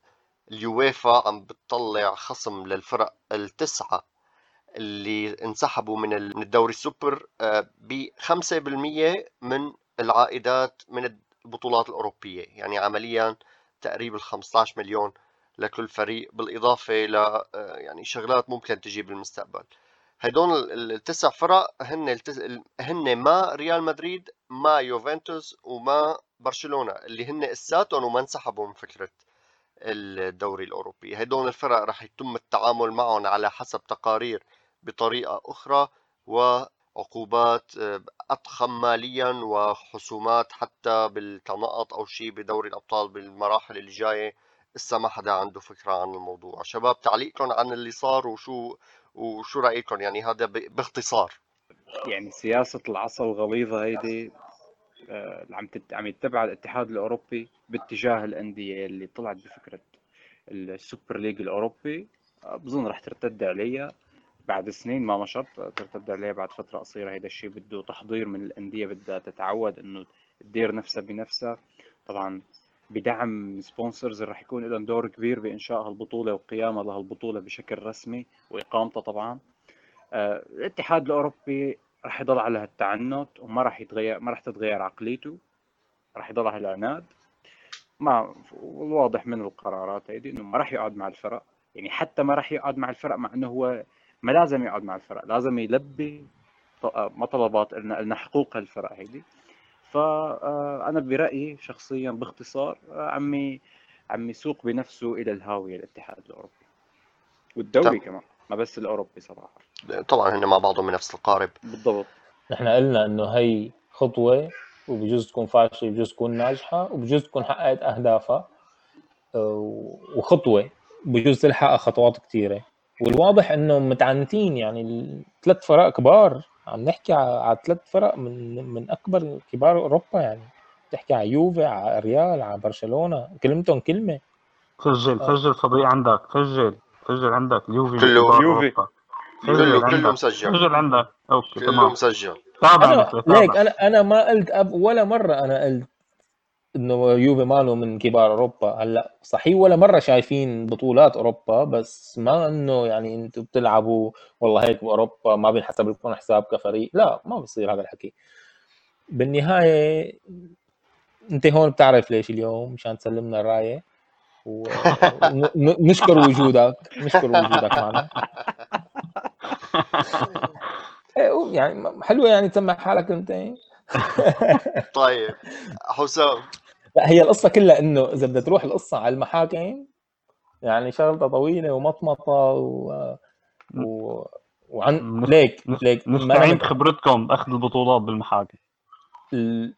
اليويفا عم بتطلع خصم للفرق التسعة اللي انسحبوا من ال- من الدوري السوبر ب خمسة بالمية من العائدات من البطولات الأوروبية. يعني عمليا تقريبا خمسة عشر مليون لكل فريق، بالإضافة ل آه، يعني شغلات ممكن تجي بالمستقبل. هدول ال- التسع فرق هن التس... ال- هن ما ريال مدريد، ما يوفنتوس، وما برشلونة، اللي هن اساتهم وما انسحبوا من فكرة الدوري الأوروبي. هدول الفرق رح يتم التعامل معهم على حسب تقارير بطريقة أخرى، وعقوبات آه، أضخم ماليا، وخصومات حتى بالكنقط أو شيء بدوري الأبطال بالمراحل اللي جاية. لسه ما حدا عنده فكرة عن الموضوع. شباب تعليقكم عن اللي صار، وشو وشو رأيكم يعني هذا ب- باختصار؟ يعني سياسة العصا الغليظة هيدي آه، عم تت... عم يتبع الاتحاد الأوروبي باتجاه الأندية اللي طلعت بفكرة السوبر ليج الأوروبي. آه، بظن رح ترتد عليها بعد سنين، ما مشط ترتد عليها بعد فترة قصيرة. هيدا الشيء بده تحضير من الأندية، بدها تتعود إنه تدير نفسها بنفسها، طبعا بدعم سبونسرز رح يكون لهم دور كبير بإنشاء هالبطولة وقيامها لهالبطولة بشكل رسمي وإقامتها طبعا. آه، الاتحاد الأوروبي رح يضل على هالتعنت وما رح يتغير، ما رح تتغير عقليته، رح يضل على العناد. ما الواضح من القرارات هيدي انه ما راح يقعد مع الفرق، يعني حتى ما راح يقعد مع الفرق، مع انه هو ما لازم يقعد مع الفرق، لازم يلبي مطلبات لنا لنا حقوق هالفرق هيدي. فانا برايي شخصيا باختصار عمي عم يسوق بنفسه الى الهاويه الاتحاد الاوروبي والدوري كمان، ما بس الاوروبي صراحه. طبعا هن مع بعضهم من نفس القارب. بالضبط. نحن قلنا انه هي خطوه وبجوز تكون فاشله وبجوز تكون ناجحه وبجوز تكون حققت اهدافها، وخطوه بجوز تلحق خطوات كثيره. والواضح انه متعنتين، يعني الثلاث فرق كبار، عم نحكي على ثلاث فرق من من اكبر كبار اوروبا، يعني تحكي على يوفي، على ريال، على برشلونه، كلمتهم كلمه. سجل سجل صديق عندك، سجل سجل عندك اليوفي من كله كبار يوفي اوروبا. كله سجل كله عندك، مسجل سجل عندك. اوكي كله تمام. مسجل. تابع انا مثل ليك تابع. انا انا ما قلت أب ولا مره انا قلت انه يوفي ماله من كبار اوروبا. هلا صحيح ولا مره شايفين بطولات اوروبا، بس ما انه يعني انتم بتلعبوا والله هيك باوروبا ما بينحسب لكم حساب كفريق، لا ما بصير هذا الحكي. بالنهايه انت هون بتعرف ليش اليوم، مشان تسلمنا الرايه ونشكر وجودك، نشكر وجودك معنا. يعني حلوه يعني تسمع حالك انت. طيب حسام، لا هي القصه كلها انه اذا بدها تروح القصه على المحاكم يعني شغلة طويلة ومطمطة و... و... وعن نس- ليك نس- ليك ما أنا نستعين مت... بخبرتكم باخذ البطولات بالمحاكم. ال...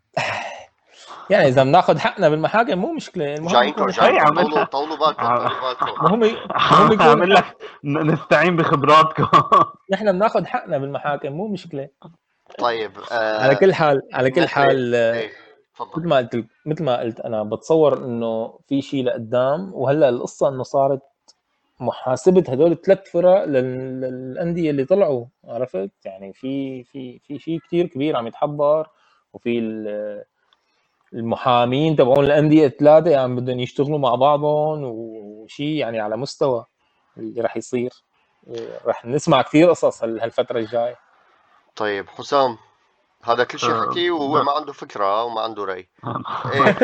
يعني إذا بناخذ حقنا بالمحاكم مو مشكلة، المهم جايينكم يكون هي جايينكم عم طولوا طولوا بالكم طولوا بالكم. مهم ي... مهم يكون عامل لك ن- نستعين بخبراتكم. نحن بناخذ حقنا بالمحاكم مو مشكلة. طيب آه على كل حال على كل نخلة. حال ايه مثل تفضل. ما قلت مثل ما قلت انا بتصور انه في شيء لقدام، وهلا القصة انه صارت محاسبه هدول الثلاث فرق لل- للانديه اللي طلعوا، عرفت يعني في في في شيء كثير كبير عم يتحضر، وفي ال- المحامين تبعون الانديه الثلاثه يعني بدهم يشتغلوا مع بعضهم، وشيء يعني على مستوى اللي راح يصير. راح نسمع كثير قصص هال- هالفتره الجايه. طيب حسام، هذا كل شيء آه، حكي وهو لا. ما عنده فكرة وما عنده رأي. ايه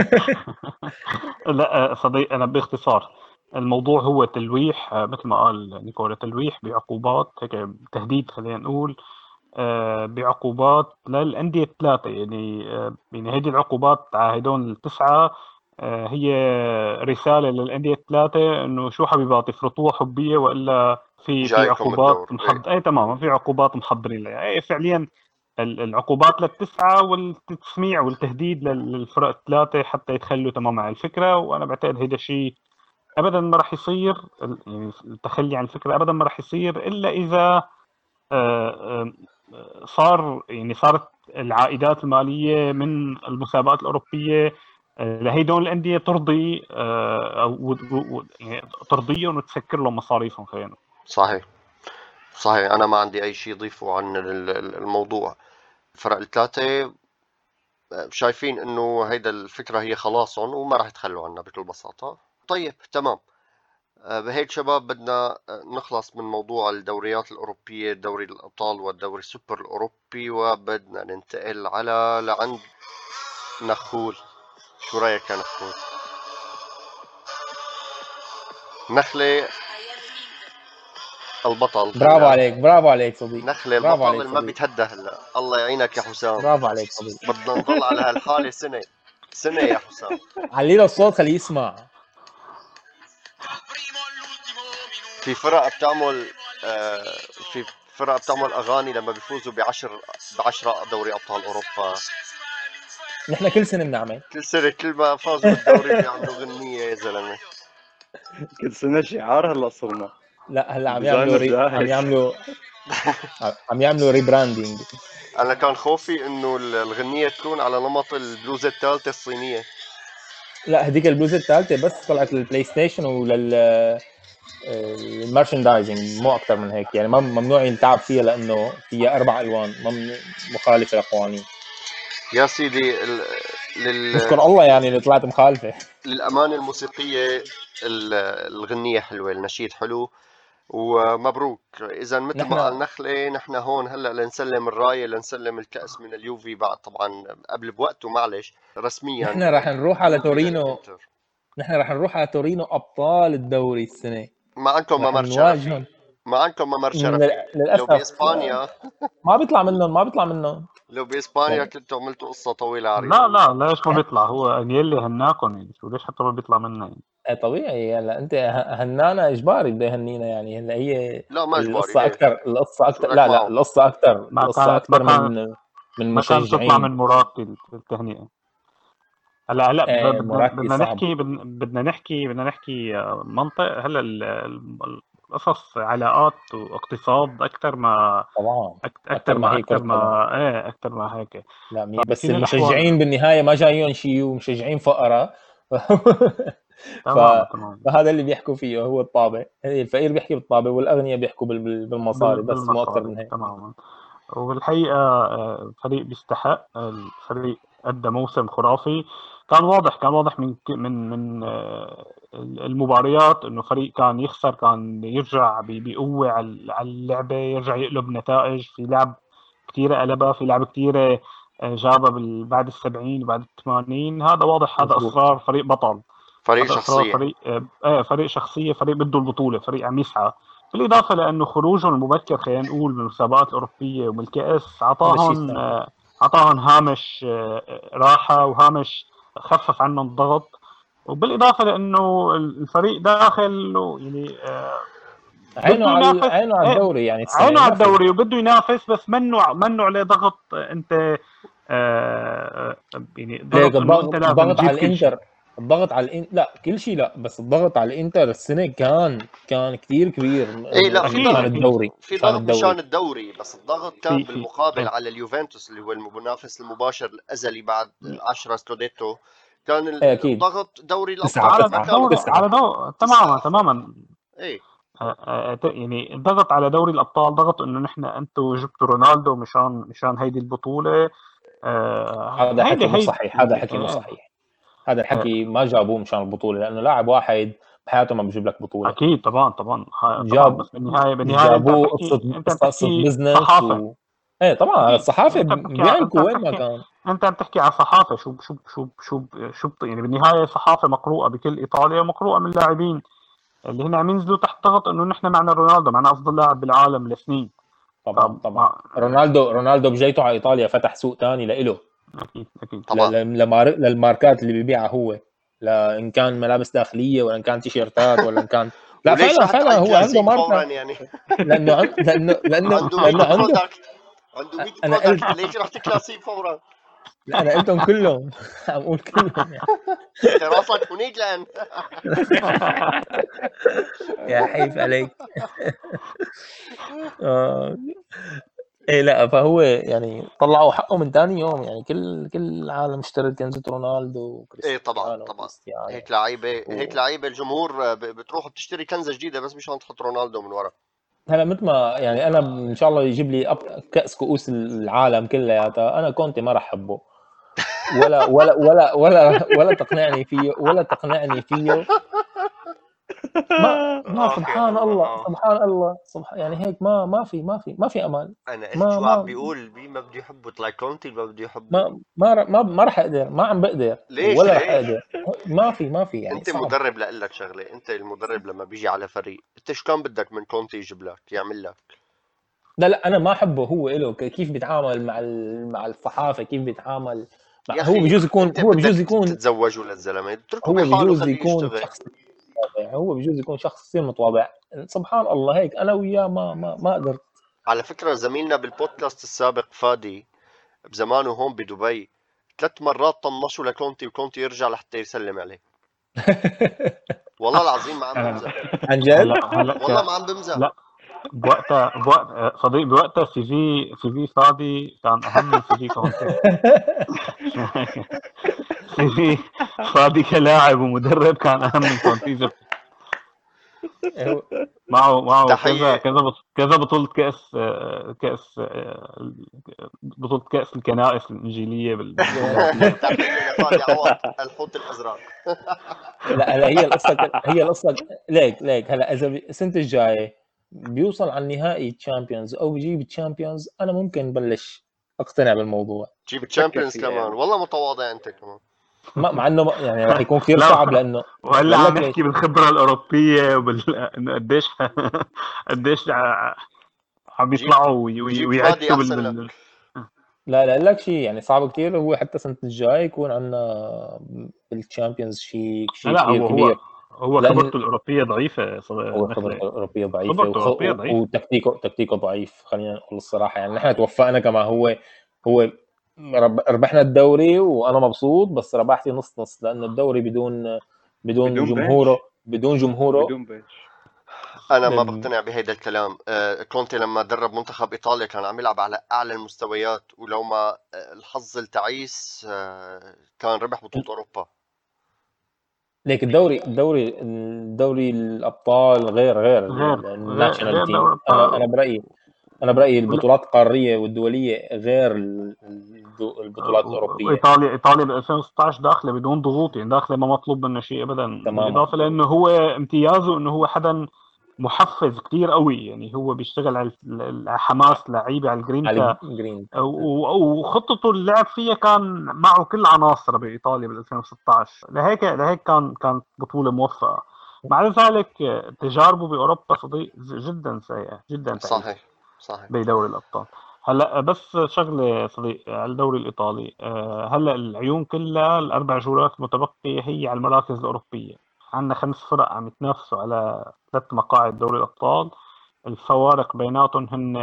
لا آه، صديق انا باختصار الموضوع هو تلويح، آه، مثل ما قال نيكولا، تلويح بعقوبات، هيك تهديد خلينا نقول، آه، بعقوبات للأندية الثلاثة. يعني آه، يعني هذه العقوبات على هدول التسعة آه، هي رسالة للأندية الثلاثة إنه شو حبيبات يفرطوها حبية، وإلا في في جايكم عقوبات الدور. محض أي تمام، في عقوبات محضرين لها. أي فعليا ال- العقوبات للتسعة والتسميع والتهديد لل- للفرق الثلاثة حتى يتخلوا تماما عن الفكرة. وأنا بعتقد هذا الشيء أبدا ما راح يصير، ال- يعني التخلي عن الفكرة أبدا ما راح يصير إلا إذا آه، آه، صار يعني صارت العائدات المالية من المسابقات الأوروبية آه، لهيدول الأندية ترضي آه، أو و- و- يعني ترضيهم وتسكر لهم مصاريفهم خلينا نقول. صحيح صحيح، أنا ما عندي أي شيء أضيفه عن ال- ال- الموضوع. الفرق الثلاثة آه، شايفين إنه هيدا الفكرة هي خلاصهم وما راح يتخلوا عنها بكل بساطة. طيب تمام. آه، بهيك شباب بدنا آه، نخلص من موضوع الدوريات الأوروبية، دوري الأبطال والدوري السوبر الأوروبي، وبدنا ننتقل على لعند نخول. شو رأيك يا نخول؟ نخلة البطل. برافو خلينا عليك برافو عليك صديق، نخلة برافو البطل عليك اللي ما صديق، بيتهدى هلا. الله يعينك يا حسام. برافو عليك صديق. بدنا نضل على هالحالة سنة سنة يا حسام. علي له الصوت خليه يسمع. في فرق بتعمل آه، في فرق بتعمل اغاني لما بيفوزوا بعشر بعشرة دوري ابطال اوروبا. نحن كل سنه بنعمل، كل سنة كل ما فازوا بالدوري بيعملوا غنية يا زلمة. كل سنه شعار هلا صرنا. لا هلا عم ديزاين يعملوا ري... عم جاهز. يعملوا عم يعملوا ريبراندينج. انا كان خوفي انه الغنية تكون على نمط البلوزة الثالثة الصينية. لا هذيك البلوزه الثالثه بس طلعت للبلاي ستيشن ولل المارشندايزنج، مو اكثر من هيك. يعني ممنوع يلتعب فيها لانه فيها اربع الوان، ممنوع مخالفه للقوانين. يا سيدي ال... لل... نشكر الله يعني اللي طلعت مخالفه. للأمانة الموسيقية ال- الغنية حلوة، النشيد حلو، ومبروك. إذا مثل نحن ما قال نخلة، نحن هون هلا لنسلم الراية، لنسلم الكأس من اليوفي بعد طبعا قبل بوقته معلش رسميا. نحن راح نروح على اليوفي تورينو، للإنتر. نحن راح نروح على تورينو ابطال الدوري السنه، ما عندكم راح ممر شرفي، نواجههم. ما عندكم ممر لل- شرفي. لو للاسف باسبانيا ما بيطلع منهم ما بيطلع منهم لو باسبانيا يعني. كنتوا عملتوا قصه طويله لا عريضه. لا ليش ما بيطلع؟ هو انيلي هناكم يعني، شو ليش حتى ما بيطلع منه يعني؟ إيه طبيعي. هلا انت ه- هنانا اجباري بده يهنينا يعني. هلا هي لا ما اجباري، القصه ليه؟ اكثر القصه شو اكثر بدك لا لا معه؟ القصه اكثر ما القصه كانت ما اكثر كانت من من ما كانت تطلع من مشجعين. مراتي التهنئة. هلا هلا ب- آه، بدنا مراتي بدنا صعب. نحكي بدنا بدنا نحكي بدنا نحكي آه، منطق. هلا ال- ال- القصص علاقات واقتصاد اكثر ما طبعا أك- اكثر اكثر ما ما هي كره اكثر قدم. ما ايه اكثر ما هيك. لا مي- بس فبكل الاحوال المشجعين بالنهايه ما جايين شيء ومشجعين فقراء. ف... تماما تماما فهذا اللي بيحكوا فيه هو الطابع. الفقير بيحكي بالطابع والاغنياء بيحكوا بال- بال- بال- بالمصاري بس مو اكثر من بالمصاري هيك. تماما. وبالحقيقة آه، الفريق بيستحق. الفريق أدى موسم خرافي. كان واضح كان واضح من ك- من من آه، المباريات إنه فريق كان يخسر كان يرجع ب- بقوة على على اللعبة، يرجع يقلب نتائج في لعب كثيرة قلبها، في لعب كثيرة آه، جابها بال- بعد السبعين وبعد الثمانين. هذا واضح، هذا مظبوط. إصرار فريق بطل، فريق هذا إصرار شخصيه. فريق آه آه، فريق شخصية، فريق بده البطولة، فريق عم يسعى. بالإضافة لأنه خروجهم المبكر خلينا نقول من المسابقات الأوروبية ومن الكأس هذا الشيء عطاهم الثاني. آه، عطاهم هامش آه، راحة، وهامش خفف عنهم الضغط. وبالإضافة لأنه الفريق داخل يعني آه، عينه بده على ينافس. عينه على إيه، الدوري يعني السنه عينه على ما في. الدوري وبده ينافس، بس منه منه عليه ضغط. أنت آه، يعني ليك ضغط إنه أنت الضغط لازم الضغط تجيب على كل شيء. الانتر الضغط على الانتر لا كل شيء لا بس الضغط على الانتر السنه كان كان كثير كبير ايه لا، انه في أكيد مشان ضغط أكيد الدوري في مشان ضغط مشان الدوري. الدوري، بس الضغط كان في في بالمقابل إيه. على اليوفنتوس اللي هو المنافس المباشر الازلي بعد العشرة سكوديتو. كان ايه اكيد الضغط دوري تسعه الابطال، ما على تسعه كانوا دوري ضغط. على تسعه دو تماما تسعة عفوا. تماما. ايه آه، آه، ت- يعني ضغط على دوري الابطال، ضغط انه نحن انتم جبتوا رونالدو مشان مشان هيدي البطوله. آه، هذا حكي هيدي مو هيدي صحيح. هذا يعني حكي مو آه، صحيح. هذا آه، الحكي ما جابوه مشان البطوله لانه لاعب واحد بحياته ما بجيب لك بطوله. اكيد طبعا طبعا ها- طبعا. جاب بس بالنهايه بالنهايه انت عم جابوه تحكي قصه انت عم قصه تحكي بزنس صحافه. و ايه طبعا اكيد الصحافه انت بتحكي ع- انت بيعنكوا عم وين ما تحكي كان. انت عم تحكي على صحافه. شو شو شو شو شو يعني بالنهايه صحافه مقروءه بكل ايطاليا ومقروءه من لاعبين اللي هن عم ينزلوا تحت ضغط انه نحن معنا رونالدو، معنا افضل لاعب بالعالم لسنين. طبعا طبعا فما رونالدو رونالدو بجيته على ايطاليا فتح سوق ثاني لإله اكيد اكيد طبعا. ل- لمار... للماركات اللي بيبيعها هو، لا ان كان ملابس داخليه ولا ان كان تيشيرتات ولا ان كان لا وليش فعلا رحت على فعلا هو عنده الكلاسيك فورا ماركه. يعني؟ لانه عن... لانه لانه عنده لانه مية عنده برودكت عنده مية انا برودكت قلت ليش رحت كلاسيك فورا؟ لا انا قلتهم كلهم عم اقول كلهم يعني. انت راسك هنيك الان. يا حيف عليك. آه. ايه لا فهو يعني طلعوا حقه من ثاني يوم يعني. كل كل العالم اشترت كنزة رونالدو ايه طبعا وكريستيانو طبعا. وكريستيانو هيك لعيبه هيك و... لعيبه الجمهور ب- بتروح بتشتري كنزه جديده بس مشان تحط رونالدو من ورا. هلا مثل ما يعني انا ان شاء الله يجيب لي أب... كاس كؤوس العالم كلياتها انا كونتي ما راح احبه ولا ولا ولا ولا ولا تقنعني فيه ولا تقنعني فيه ما ما اخ يا سبحان الله الله آه. سبحان الله سبحان يعني هيك ما ما في ما في ما في امل. انا قلت ما شو عم ما بيقول بي ما بده يحبه، طلع كونتي ما بده يحبه. ما ما ر- ما ما راح اقدر ما عم بقدر ليش ولا راح ليش؟ اقدر. ما في ما في يعني انت صعب. مدرب، لأقول لك شغله، انت المدرب لما بيجي على فريق انت شو كان بدك من كونتي يجيب لك يعمل لك؟ لا لا انا ما احبه هو له كيف بيتعامل مع ال- مع الصحافه كيف بيتعامل مع يا هو اخي بجوز يكون انت هو بدك بجوز يكون تتزوجوا للزلمه، اتركه هو بحاله بجوز خليه يكون يشتغل. شخص متواضع. هو بجوز يكون شخص كثير متواضع سبحان الله. هيك انا وياه ما ما ما قدرت. على فكره زميلنا بالبودكاست السابق فادي بزمانه هون بدبي ثلاث مرات طنشوا لكونتي وكونتي يرجع لحتى يسلم عليه. والله العظيم ما عم آه، بمزح، عن جد هلا هلا والله ك- ما عم بمزح. لا بوقتها بوقت آه، صديق بوقتها سي في سي في فادي كان اهم من سي في كونتي. سي في فادي كلاعب ومدرب كان اهم من كونتي. هو- معه معه كذا تحيه كذا بط- كذا بطولة كأس آه، كأس آه، بطولة كأس الكنائس الإنجيلية بال- بالدنماركية. تحيه لفادي عوض الحوت الازرق. لا هلا هي القصه ك- هي القصه ليك ليك هلا اذا بي- السنه الجايه بيوصل على النهائي تشامبيونز او بيجيب تشامبيونز انا ممكن بلش اقتنع بالموضوع. جيب بتفكر تشامبيونز فيه كمان، يعني. والله متواضع انت كمان. مع انه يعني راح يكون كثير لا صعب لانه وهلا عم لك ليش نحكي بالخبره الاوروبيه وبال قديش قديش عم جيب يطلعوا جيب ويعدوا فادي احسن بال لك. لا لا لك شيء يعني صعب كثير. هو حتى السنه الجاي يكون عندنا بالتشامبيونز شيء لا شيء لا كثير هو هو كبير، هو لان خبرته الاوروبيه ضعيفه هو خبرته نخله، الاوروبيه ضعيفه خبرته وخ... الاوروبيه و- ضعيفه. وتكتيكه تكتيكه ضعيف. خلينا نقول الصراحه يعني نحن توفقنا كما هو هو رب... ربحنا الدوري وانا مبسوط، بس ربحتي نص نص لانه الدوري بدون بدون بدون جمهوره بنش بدون جمهوره بدون بنش انا ما أم، بقتنع بهيدا الكلام. آه، كونتي لما درب منتخب ايطاليا كان عم يلعب على اعلى المستويات، ولو ما آه، الحظ التعيس آه، كان ربح بطولة اوروبا. ليك الدوري الدوري الدوري الابطال غير غير غير غير الناشونال غير دوري تيم. انا الابطال. انا برايي انا برايي ولا البطولات القاريه والدوليه غير ال- الدو- البطولات الاوروبيه وايطاليا ايطاليا ب ألفين وستة عشر داخله بدون ضغوط، يعني داخله ما مطلوب منه شيء ابدا، تماما. بالاضافه لانه هو امتيازه انه هو حدا محفز كتير قوي، يعني هو بيشتغل على ال- حماس لعيبه على على الجرينتا، جرين و- وخطته اللي لعب فيها كان معه كل عناصره بايطاليا بال ألفين وستة عشر، لهيك لهيك كان كانت بطوله موفقه. مع ذلك تجاربه باوروبا صديق جدا سيئه، جدا تعيسه صحيح صحيح. بدوري الابطال. هلا بس شغله صديق على الدوري الايطالي، آه، هلا العيون كلها الاربع جولات المتبقيه هي على المراكز الاوروبيه. عندنا خمس فرق عم يتنافسوا على ثلاث مقاعد دوري الابطال، الفوارق بيناتهم هن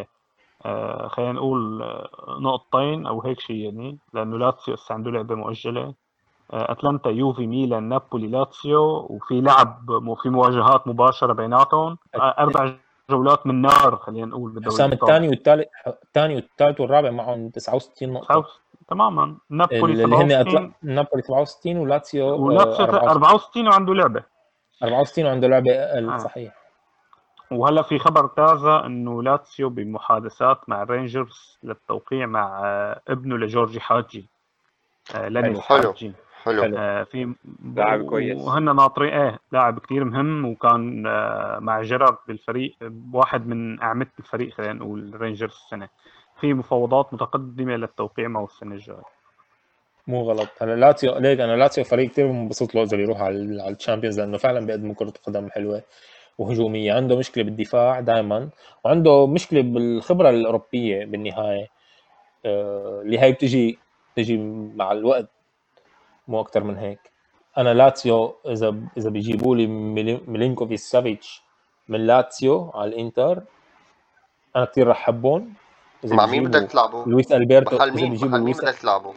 آه، خلينا نقول آه، نقطتين او هيك شيء، يعني لانه لاتسيو هسه عنده لعبه مؤجله، آه، اتلانتا يوفي ميلان نابولي لاتسيو، وفي لعب وفي مواجهات مباشره بيناتهم، آه، اربع جولات من نار خلينا نقول بالدوري حسام الايطالي. الثاني والثالث الثاني والثالث والرابع معهم تسعة وستين نقطه، تسعة وستين تماما، نابولي اللي هن أتلا... سبعة وستين نابولي سبعة وستين ولاتسيو آه، ولاتسيو أربعة وستين أربعة وستين وعنده لعبه. أربعة وستين وعنده لعبه اقل. آه. صحيح. وهلا في خبر تازه انه لاتسيو بمحادثات مع رينجرز للتوقيع مع آه، ابنه لجورجي حاجي، آه، لانس حلو حاجي. حلو. حلو. آه، في لاعب كويس. وهن ناطرين ايه لاعب كثير مهم، وكان آه، مع جيرارد بالفريق، واحد من اعمده الفريق خلينا نقول رينجرز السنه. في مفاوضات متقدمه للتوقيع معه السنه الجايه. مو غلط. انا لاتسيو ليك انا لاتسيو فريق كثير منبسط له اذا بيروح على على الشامبيونز، لانه فعلا بيقدموا كره قدم حلوه وهجوميه. عنده مشكله بالدفاع دائما، وعنده مشكله بالخبره الاوروبيه بالنهايه، آه، اللي هي بتجي بتجي مع الوقت، مو اكثر من هيك. انا لاتسيو اذا اذا بيجيبوا لي ميلينكوفيتش سافيتش من لاتسيو على الانتر انا كثير رح احبهم. اذا مع مين بدك بيجيبوا تلعبه؟ لويس البرتو محل اذا مين؟ بيجيبوا محل مين لويس بدك تلعبه؟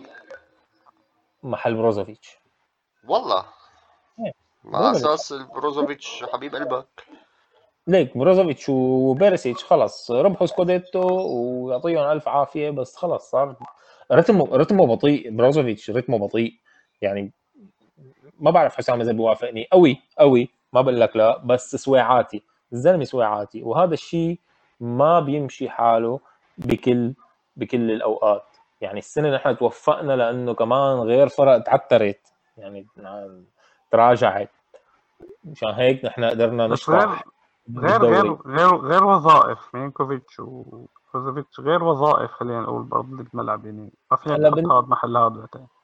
محل بروزوفيتش. والله إيه، مع بروزوفيتش. اساس بروزوفيتش حبيب قلبك. ليك بروزوفيتش وبيرسيتش خلص ربحوا سكوديتو ويعطيهم الف عافيه، بس خلص صار رتمه رتمه بطيء. بروزوفيتش رتمه بطيء يعني. ما بعرف حسام اذا بيوافقني. قوي قوي ما بقول لك لا، بس سويعاتي الزلمه سويعاتي، وهذا الشيء ما بيمشي حاله بكل بكل الاوقات. يعني السنه نحن توفقنا لانه كمان غير فرق تعترت، يعني تراجعت، مشان هيك نحن قدرنا بس غير نشطح غير غير بالدوري. غير غير وظائف مينكوفيتش وبروزوفيتش، غير وظائف خلينا نقول برضه الملعب، يعني ما فينا هلا تحط بن... هذا محل هذا.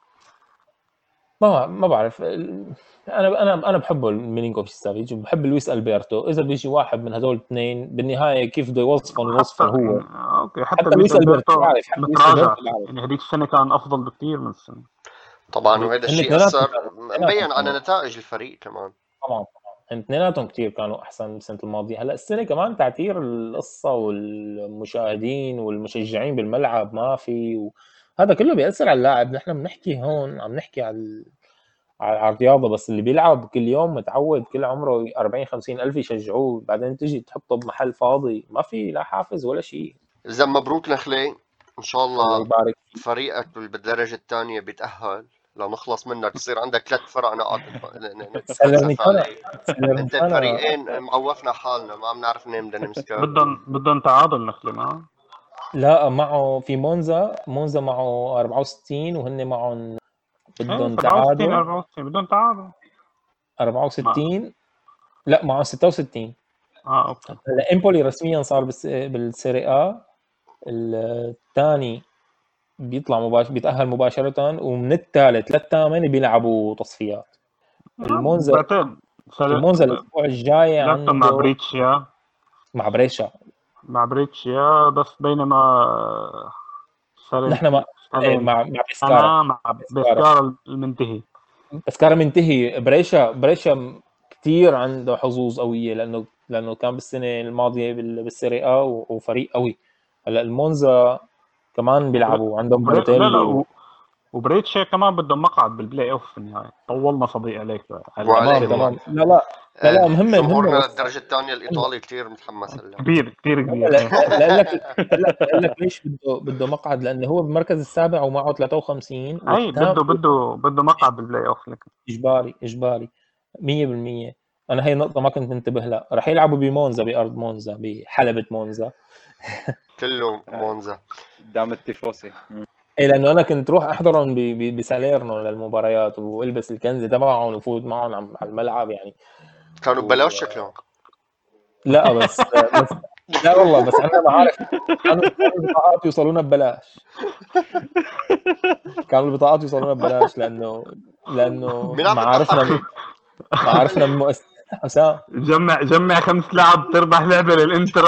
ما ما بعرف. انا انا انا بحبه ميلينكوفيتش سافيتش، وبحب لويس البرتو. اذا بيجي واحد من هذول الاثنين بالنهايه كيف بده يوصفهم يوصفهم حتى هو. يعني اوكي حتى حتى لويس لويس البرتو البرتو بعرف حتى لويس متراجع، البرتو بعرف يعني هذيك السنه كان افضل بكثير من السنه. طبعا وهذا هن الشيء اثنيناتهم اثر كانوا مبين اثنيناتهم على كانوا نتائج الفريق كمان. طبعا طبعا هن اثنيناتهم كثير كانوا احسن السنه الماضيه. هلا السنه كمان تعتير القصه والمشاهدين والمشجعين بالملعب ما في، وهذا كله بياثر على اللاعب. نحن بنحكي هون عم نحكي على على الرياضه، بس اللي بيلعب كل يوم متعود كل عمره أربعين خمسين الف يشجعوه، بعدين تجي تحطه بمحل فاضي ما في لا حافز ولا شيء. اذا مبروك نخلي ان شاء الله الله يبارك. فريقك بالدرجه الثانيه بيتاهل، لو نخلص منك يصير عندك ثلاث فرق نقعد نتفلسف سلرنيتانا عليه. انت سلرنيتانا الفريقين معوفنا حالنا، ما عم نعرف منين بدنا نمسكك. بدهم بدهم تعادل نخلي معه. لا معه في مونزا مونزا معه أربعة وستين وهن معهم ايه بدهم سبعة وستين تعادل أربعة وستين بدهم تعادل. أربعة ما وستين. لا معه ستة وستين. اه اوكي. هلا امبولي رسميا صار بالس- بالسيري A الثاني بيطلع مباشر بيتأهل مباشرة، ومن الثالث للثامن بيلعبوا تصفيات. المونزا بعتقد المونزا الأسبوع الجاي لعبتهم مع عنده بريتشيا مع بريشا. مع بريتشيا بس بينما نحن مع سالين مع مع بيسكارا انا مع بيسكارا بسكارا المنتهي. بيسكارا منتهي. بريشا بريشا كتير عنده حظوظ قوية، لأنه لأنه كان بالسنة الماضية بال- بالسيريا آ و- وفريق قوي. هلا المونزا كمان بيلعبوا عندهم وبري... لا بالوتيلي لا و... و... وبريتشيا كمان بدهم مقعد بالبلاي اوف في النهايه. طولنا صديق عليك على وعليه تمام السريع. تمام. لا لا لا لا مهمة مهمة جمهورنا بس للدرجة الثانية الإيطالي كتير متحمس هلا. كبير كتير كبير. لا لا لا لك لا لك لا لك ليش بده بده مقعد، لأنه هو بالمركز السابع ومعه ثلاثة وخمسين، اي والثامن بده بده بده مقعد بالبلاي اوف. لكن إجباري إجباري مية بالمية. أنا هي النقطة ما كنت منتبه لها. رح يلعبوا بمونزا، بأرض مونزا، بحلبة مونزا. كله مونزا. قدام التيفوسي. مم. ايه، لانه انا كنت روح احضرهم ب- ب- بساليرنو للمباريات، والبس الكنزه تبعهم وفوت معهم عم- على الملعب يعني. كانوا و... ببلاش شكلهم. لا بس بس لا والله، بس عندنا معارف. كانوا كانوا البطاقات يوصلونا ببلاش. كانوا البطاقات يوصلونا ببلاش لانه لانه مين عم معارفنا بتضحك؟ معارفنا من مؤسسة حسام. جمع جمع خمس لعب تربح لعبه للانترا.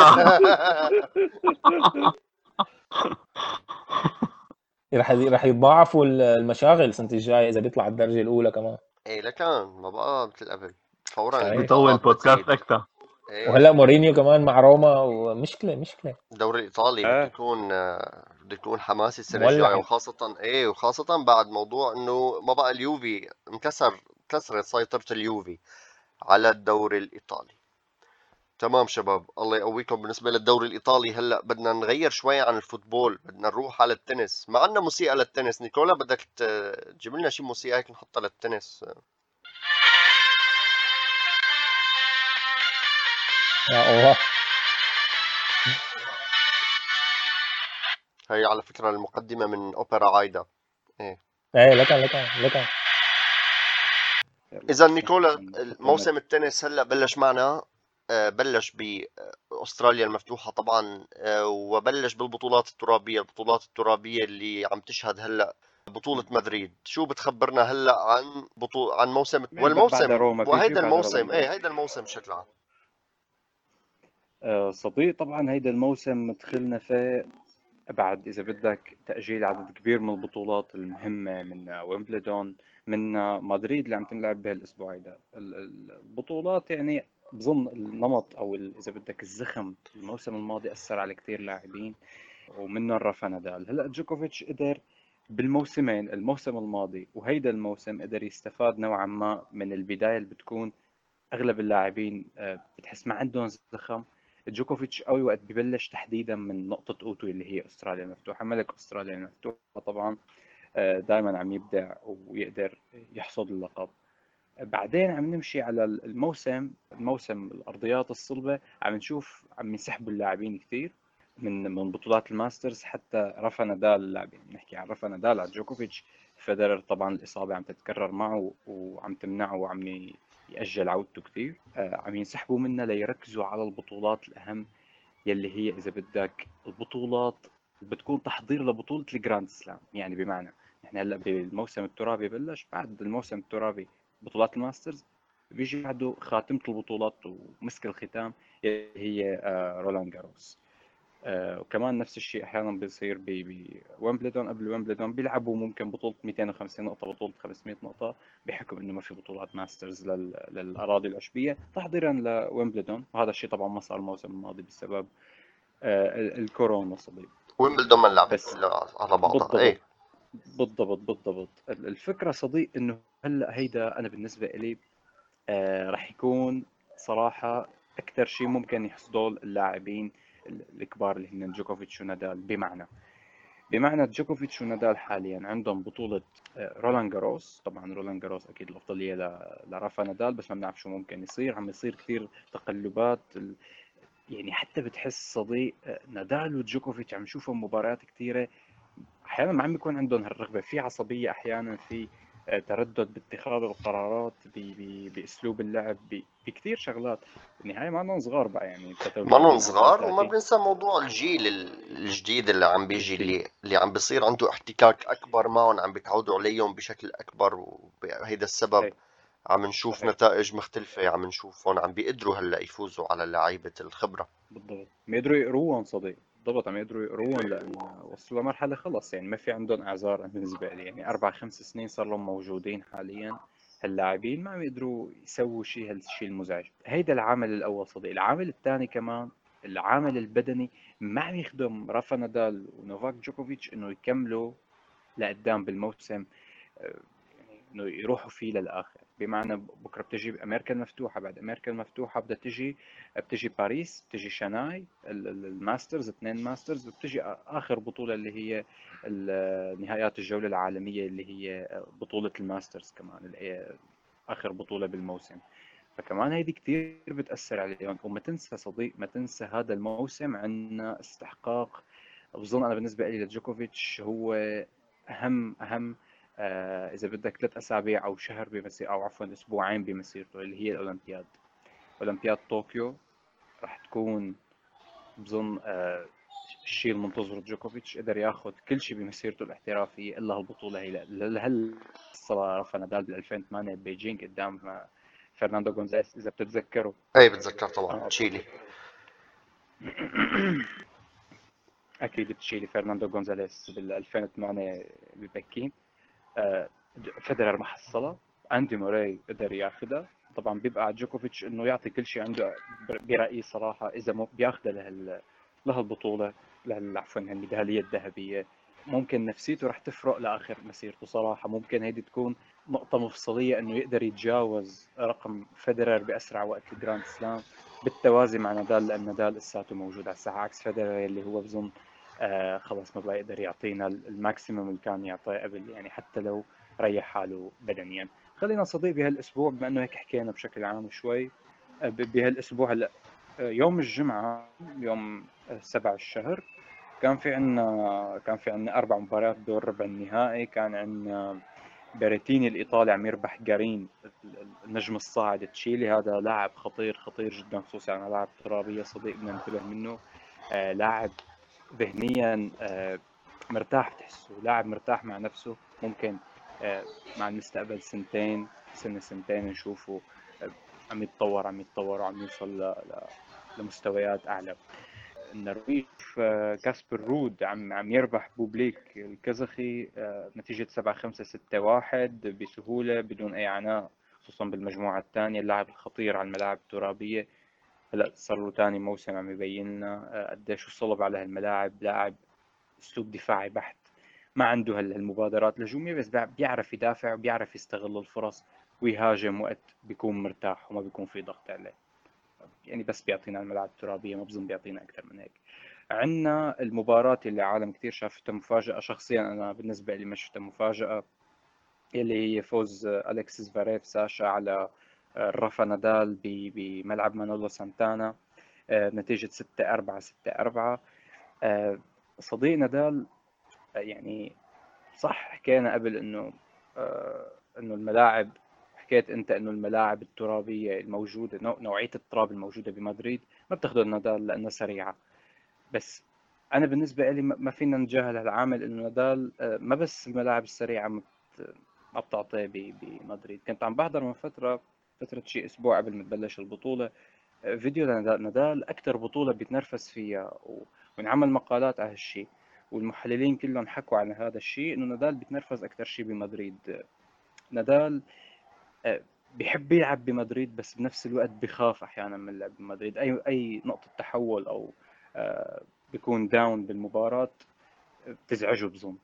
رح رح يتضاعفوا المشاغل السنه الجايه اذا بيطلع الدرجه الاولى كمان. ايه لكن ما بقى مثل قبل، فورا صحيح. بيطول البطاقات بودكاست بتزيد. اكثر. ايه وهلا مورينيو كمان مع روما، ومشكله مشكله الدوري الايطالي بده آه. يكون آه، بده يكون حماسي السنه مولع. الجايه، وخاصه ايه وخاصه بعد موضوع انه ما بقى اليوفي انكسر كسرت سيطره اليوفي على الدوري الايطالي. تمام شباب، الله يقويكم. بالنسبه للدوري الايطالي هلا بدنا نغير شوي عن الفوتبول، بدنا نروح على التنس. ما عندنا موسيقى للتنس. نيكولا بدك ت- تجيب لنا شي موسيقى هيك نحطها للتنس. يا الله. هي على فكره المقدمه من اوبرا عايدا. ايه ايه لكن لكن لكن يلا اذا نيكولا، نحط موسم التنس هلا بلش معنا. آه، بلش باستراليا المفتوحه طبعا، آه، وبلش بالبطولات الترابيه. البطولات الترابيه اللي عم تشهد هلا بطولة مدريد. شو بتخبرنا هلا عن بطولة عن موسم يعني ب- بعد والموسم روما بيجي وهيدا وبعد رولان الموسم ايه جاروس. هيدا الموسم بشكل عام. آه، صديق طبعا هيدا الموسم دخلنا فيه بعد إذا بدك تأجيل عدد كبير من البطولات المهمة، من ويمبلدون، من مدريد اللي عم تنلعب بهالأسبوع هيدا. ال- ال- البطولات يعني بظن النمط أو ال- إذا بدك الزخم الموسم الماضي أثر على كتير لاعبين، ومنهم رافا نادال. هلا جوكوفيتش قدر بالموسمين، الموسم الماضي وهيدا الموسم، قدر يستفاد نوعا ما من البداية اللي بتكون اغلب اللاعبين آه، بتحس ما عندهم زخم. جوكوفيتش قوي وقت ببلش تحديدا من نقطة اوتو اللي هي استراليا المفتوحة، ملك استراليا المفتوحة طبعا. دائما عم يبدع ويقدر يحصد اللقب. بعدين عم نمشي على الموسم الموسم الارضيات الصلبة، عم نشوف عم يسحبوا اللاعبين كثير من من بطولات الماسترز. حتى رافا نادال، اللاعب نحكي عن رافا نادال، على جوكوفيتش. فيدرر طبعا الإصابة عم تتكرر معه وعم تمنعه وعم ي- يأجل عودته كثير. آه، عم ينسحبوا منه ليركزوا على البطولات الأهم، يلي هي إذا بدك البطولات بتكون تحضير لبطولة الجراند سلام. يعني بمعنى نحن هلا بالموسم الترابي بلش، بعد الموسم الترابي بطولات الماسترز بيجي بعده خاتمة البطولات ومسك الختام اللي هي آه، رولان جاروس. آه، وكمان نفس الشيء احيانا بيصير بويمبلدون. قبل ويمبلدون بيلعبوا ممكن بطولة مئتين وخمسين نقطة، بطولة خمسمئة نقطة، بحكم انه ما في بطولات ماسترز لل... للاراضي العشبية تحضيرا لويمبلدون. وهذا الشيء طبعا ما صار الموسم الماضي بسبب آه، ال- الكورونا صديق. ويمبلدون ما لعبت بس كلها على بعضها. بالضبط ايه بالضبط بالضبط ال- الفكرة صديق انه هلا هيدا انا بالنسبة لي آه، راح يكون صراحة أكثر شيء ممكن يحصدوه اللاعبين ال- الكبار اللي هن جوكوفيتش ونادال. بمعنى بمعنى جوكوفيتش ونادال حاليا عندهم بطولة آه، رولان جاروس. طبعا رولان جاروس أكيد الأفضلية ل- لرافا نادال، بس ما بنعرف شو ممكن يصير. عم يصير كثير تقلبات ال- يعني حتى بتحس صديق آه، نادال وجوكوفيتش عم نشوفهم مباريات كثيرة، أحيانا ما عم بيكون عندهم هالرغبة، في عصبية أحيانا، في آه، تردد باتخاذ القرارات، ب- ب- باسلوب اللعب، ب- بكثير شغلات. بالنهايه ما لهم صغار بقى، يعني منهم ثلاثة وثلاثين او صغار، وما اثنين وثلاثين بننسى موضوع الجيل ال- الجديد اللي عم بيجي، الجديد. اللي اللي عم بيصير عنده احتكاك اكبر معهم، عم بيتعودوا عليهم بشكل اكبر، وبهيدا السبب صحيح عم نشوف صحيح نتائج مختلفة، عم نشوفهم عم بيقدروا هلا يفوزوا على لعيبة الخبرة. بالضبط، عم يقدروا يقروهم صديق، بالضبط عم يقدروا يقروهم، لأن وصلوا لمرحلة خلص يعني ما في عندهم إعذار. أنا بالنسبة لي يعني أربع خمس سنين صار لهم موجودين حاليا، هاللاعبين ما عم يقدروا يسووا شيء، هالشيء المزعج. هيدا العامل الأول صديق. العامل الثاني كمان العامل البدني، ما عم يخدم رافا نادال ونوفاك جوكوفيتش إنه يكملوا لقدام بالموسم، آه، يعني انه يروحوا فيه للاخر. بمعنى بكره بتجي امريكا المفتوحه، بعد امريكا المفتوحه بدها تجي، بتجي باريس، بتجي شاناي، ال- ال- الماسترز، اثنين ماسترز، وبتجي اخر بطوله اللي هي ال- نهائيات الجوله العالميه اللي هي بطوله الماسترز كمان، اللي هي اخر بطوله بالموسم. فكمان هيدي كثير بتاثر عليهم. وما تنسى صديق، ما تنسى هذا الموسم عندنا استحقاق. بظن انا بالنسبه لي لجوكوفيتش هو اهم اهم آه، اذا بدك ثلاث اسابيع او شهر بمسير، او عفوا اسبوعين بمسيرته، اللي هي الاولمبياد. اولمبياد طوكيو راح تكون بظن آه، الشيء المنتظر. جوكوفيتش قدر ياخذ كل شيء بمسيرته الاحترافيه الا هالبطوله هي. هل صار رافا نادال بال ألفين وثمانية ببيجينغ قدام آه، فرناندو غونزاليس اذا بتتذكروا. اي بتذكر طبعا آه. تشيلي. اكيد تشيلي فرناندو غونزاليس بال ألفين وثمانية ببكين. آه، فيدرر ما حصلها، اندي موراي قدر ياخذها. طبعا بيبقى على جوكوفيتش انه يعطي كل شيء عنده برايي صراحه، اذا مو بياخذها لهال لهالبطوله، لهال عفوا الميداليه الذهبيه. ممكن نفسيته رح تفرق لاخر مسيرته صراحه. ممكن هيدي تكون نقطه مفصليه انه يقدر يتجاوز رقم فيدرر باسرع وقت الجراند سلام، بالتوازي مع نادال، لان نادال لساته موجود على الساحه عكس فيدرر اللي هو بظن آه خلص ما بقى يقدر يعطينا الماكسيموم اللي كان يعطيه قبل، يعني حتى لو ريح حاله بدنيا. خلينا صديق بهالاسبوع، بما انه هيك حكينا بشكل عام شوي، آه، ب- بهالاسبوع هلا آه، يوم الجمعه، يوم آه، سبع الشهر، كان في عنا كان في عنا اربع مباريات دور ربع النهائي. كان عنا باريتيني الايطالي عم يربح جارين النجم الصاعد تشيلي. هذا لاعب خطير خطير جدا، خصوصا على لاعب ترابيه صديق بدنا ننتبه منه. آه، لاعب ذهنيا آه، مرتاح، بتحسه لاعب مرتاح مع نفسه. ممكن آه، مع المستقبل سنتين سنة سنتين نشوفه آه، عم يتطور عم يتطور وعم يوصل ل- ل- لمستويات أعلى. النرويج آه، كاسبر رود عم عم يربح بوبليك الكازاخي آه، نتيجة سبعة خمسة ستة واحد بسهولة بدون أي عناء، خصوصا بالمجموعة الثانية. اللاعب الخطير على الملاعب الترابية، هلا صار له ثاني موسم عم يبين لنا آه، قديش الصلب على هالملاعب. لاعب اسلوب دفاعي بحت، ما عنده هال- هالمبادرات الهجوميه، بس بيع- بيعرف يدافع وبيعرف يستغل الفرص ويهاجم وقت بيكون مرتاح وما بيكون في ضغط عليه. يعني بس بيعطينا الملاعب الترابيه، ما بظن بيعطينا اكثر من هيك. عندنا المباراة اللي عالم كثير شافتها مفاجأة، شخصيا أنا بالنسبة لي ما شفتها مفاجأة، اللي هي فوز أليكسيس فاريف ساشا على رافا نادال ب- بملعب مانولو سانتانا آه، بنتيجة ستة أربعة ستة أربعة. آه، صديق نادال آه، يعني صح حكينا قبل انه آه انه الملاعب، حكيت انت انه الملاعب الترابيه الموجوده، نوع نوعيه التراب الموجوده بمدريد ما بتخدم نادال لانها سريعه. بس انا بالنسبه لي ما ما فينا نتجاهل هالعامل انه نادال آه، ما بس الملاعب السريعه ما بت- ما بتعطيه ب- بمدريد. كنت عم بحضر من فتره فتره شيء اسبوع قبل ما تبلش البطوله آه، فيديو لنادال. نادال اكثر بطوله بيتنرفز فيها، و- ونعمل مقالات على هالشيء، والمحللين كلهم حكوا عن هذا الشيء، انه نادال بيتنرفز اكثر شيء بمدريد. نادال آه، بيحب يلعب بمدريد، بس بنفس الوقت بخاف احيانا من اللعب بمدريد. اي اي نقطة تحول او آه، بيكون داون بالمباراة آه، بتزعجه بظن.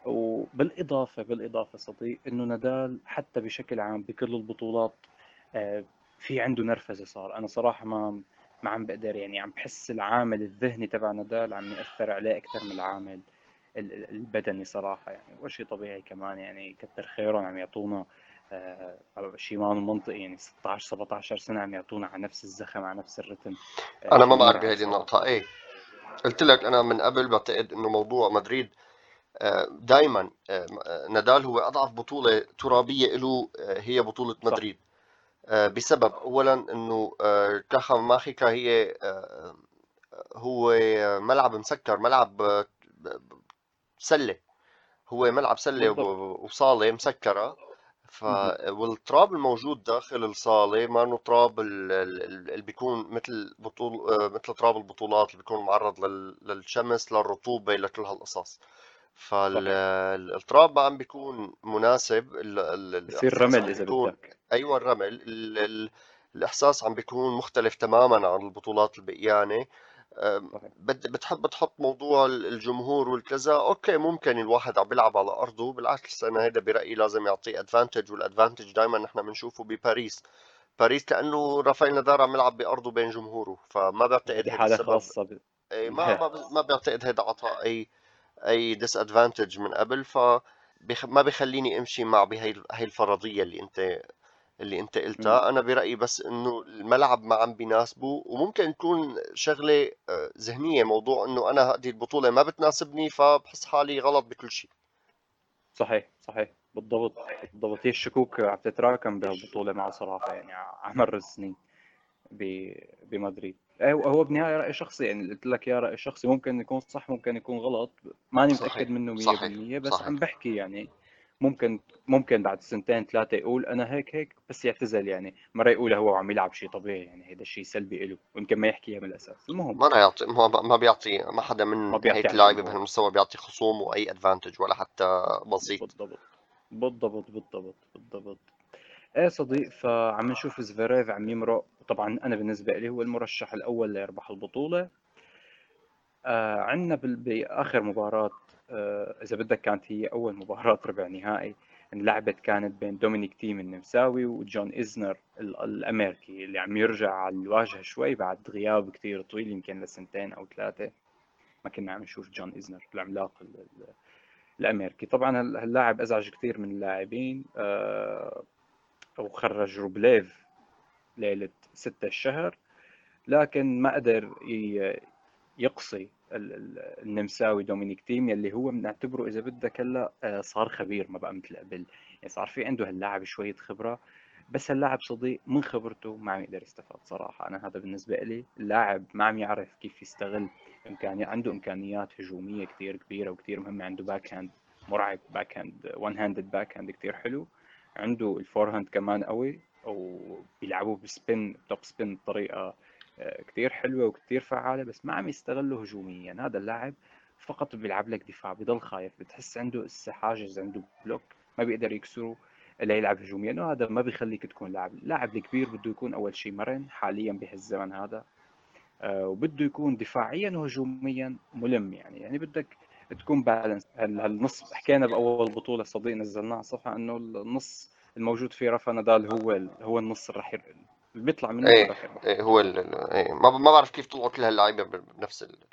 وبالاضافة بالاضافة صديق انه نادال حتى بشكل عام بكل البطولات آه، في عنده نرفزة. صار انا صراحة ما ما عم بقدر، يعني عم بحس العامل الذهني تبع نادال عم يأثر عليه اكثر من العامل ال- ال- البدني صراحة. يعني وشيء طبيعي كمان، يعني كتر خيرهم عم يعطونا آه، شيء ما منطقي. يعني ستة عشر سبعة عشر سنة عم يعطونا على نفس الزخم على نفس الرتم. آه، انا ما شيء معك مرعب بهذه النقطة. صراحة. ايه قلت لك انا من قبل بعتقد انه موضوع مدريد دائما نادال هو اضعف بطوله ترابيه له هي بطوله صح. مدريد، آه، بسبب اولا انه آه، كاخا ماخيكا هي آه، هو ملعب مسكر، ملعب آه، سله، هو ملعب سله بالضبط. و- وصاله مسكره. ف مهم. والتراب الموجود داخل الصاله ما انه تراب ال- ال- ال- اللي بيكون مثل بطول آه، مثل تراب البطولات اللي بيكون معرض لل- للشمس للرطوبه لكل هالقصص. صحيح. فالتراب ما عم بيكون مناسب، ال- ال- بصير الاحساس رمل عم اذا بيكون، بدك. ايوه الرمل، ال- ال- الاحساس عم بيكون مختلف تماما عن البطولات البقيانه. أم، صحيح. بت- بتحب تحط موضوع ال- الجمهور والكذا، اوكي ممكن الواحد عم بيلعب على ارضه، بالعكس انا هيدا برايي لازم يعطيه ادفانتج، والادفانتج دائما نحن بنشوفه بباريس. باريس لانه رافائيل نادال عم يلعب بارضه بين جمهوره، فما بعتقد هذه هيدا حالة السبب. خاصة ب... إيه، ما ما ما بعتقد هيدا عطاء اي اي ديس ادفانتج من قبل، ف بخ... ما بخليني امشي مع بهي هي الفرضيه اللي انت اللي انت مم. قلتها. انا برايي بس انه الملعب ما عم بيناسبه، وممكن يكون شغله آه، ذهنيه، موضوع انه انا هذه البطوله ما بتناسبني فبحس حالي غلط بكل شيء. صحيح. صحيح. بالضبط. بالضبط. هي الشكوك عم تتراكم بهالبطولة مع صراحة يعني على مر السنين ب... بمدريد. هو هو بالنهاية رأي شخصي، يعني قلت لك يا رأي شخصي، ممكن يكون صح ممكن يكون غلط، ماني متأكد صحيح منه صحيح مية بالمية، بس صحيح. عم بحكي يعني. ممكن ممكن بعد سنتين ثلاثة يقول أنا هيك هيك بس يعتزل، يعني مرة يقول هو عم يلعب شيء طبيعي، يعني هذا شيء سلبي إله، ويمكن ما يحكيها من الأساس. المهم ما رح يعطي، ما ما بيعطي، ما حدا ما من بيعطي هيك على لاعب الجمهور. بهالمستوى بيعطي خصومه اي ادفانتج ولا حتى بسيط. بالضبط. بالضبط. بالضبط. بالضبط. ايه صديق، فعم نشوف زفيريف عم يمرق، طبعا انا بالنسبه لي هو المرشح الاول ليربح البطوله. آه عندنا بال- باخر مباراه، آه اذا بدك كانت هي اول مباراه ربع نهائي، انلعبت كانت بين دومينيك تيم النمساوي وجون إيزنر ال- الامريكي، اللي عم يرجع على الواجهه شوي بعد غياب كتير طويل، يمكن لسنتين او ثلاثه ما كنا عم نشوف جون إيزنر العملاق ال- ال- الامريكي. طبعا هال- هاللاعب ازعج كثير من اللاعبين، آه وخرج روبليف ليلة ستة الشهر، لكن ما قدر ي- يقصي ال- ال- النمساوي دومينيك تيم، يلي هو بنعتبره اذا بدك هلا آه، صار خبير، ما بقى مثل قبل، يعني صار في عنده هاللاعب شوية خبرة، بس هاللاعب صديق من خبرته ما عم يقدر يستفاد صراحة. أنا هذا بالنسبة لي، اللاعب ما عم يعرف كيف يستغل إمكانيات، عنده إمكانيات هجومية كتير كبيرة وكتير مهمة، عنده باك هاند مرعب، باك هاند وان هاندد باك هاند كتير حلو، عنده الفور هاند كمان قوي، وبيلعبوه بسبين توب سبين بطريقة آه، كتير حلوة وكتير فعالة، بس ما عم يستغله هجوميا. هذا اللاعب فقط بيلعب لك دفاع، بضل خايف، بتحس عنده هسه حاجز، عنده بلوك ما بيقدر يكسره الا يلعب هجوميا، وهذا ما بيخليك تكون لاعب. اللاعب الكبير بده يكون اول شيء مرن حاليا بهالزمن هذا، آه، وبده يكون دفاعيا وهجوميا ملم، يعني يعني بدك تكون بالانس. هالنص حكينا باول بطوله صديق نزلناها على الصفحه انه النص الموجود فيه رافا نادال هو هو النص اللي راح ير- اللي بيطلع منه هو ايه راح يربح ايه هو البطوله. ال... ال- ايه ما ما بعرف كيف طلعوا كل هاللعيبه ب- بنفس ال-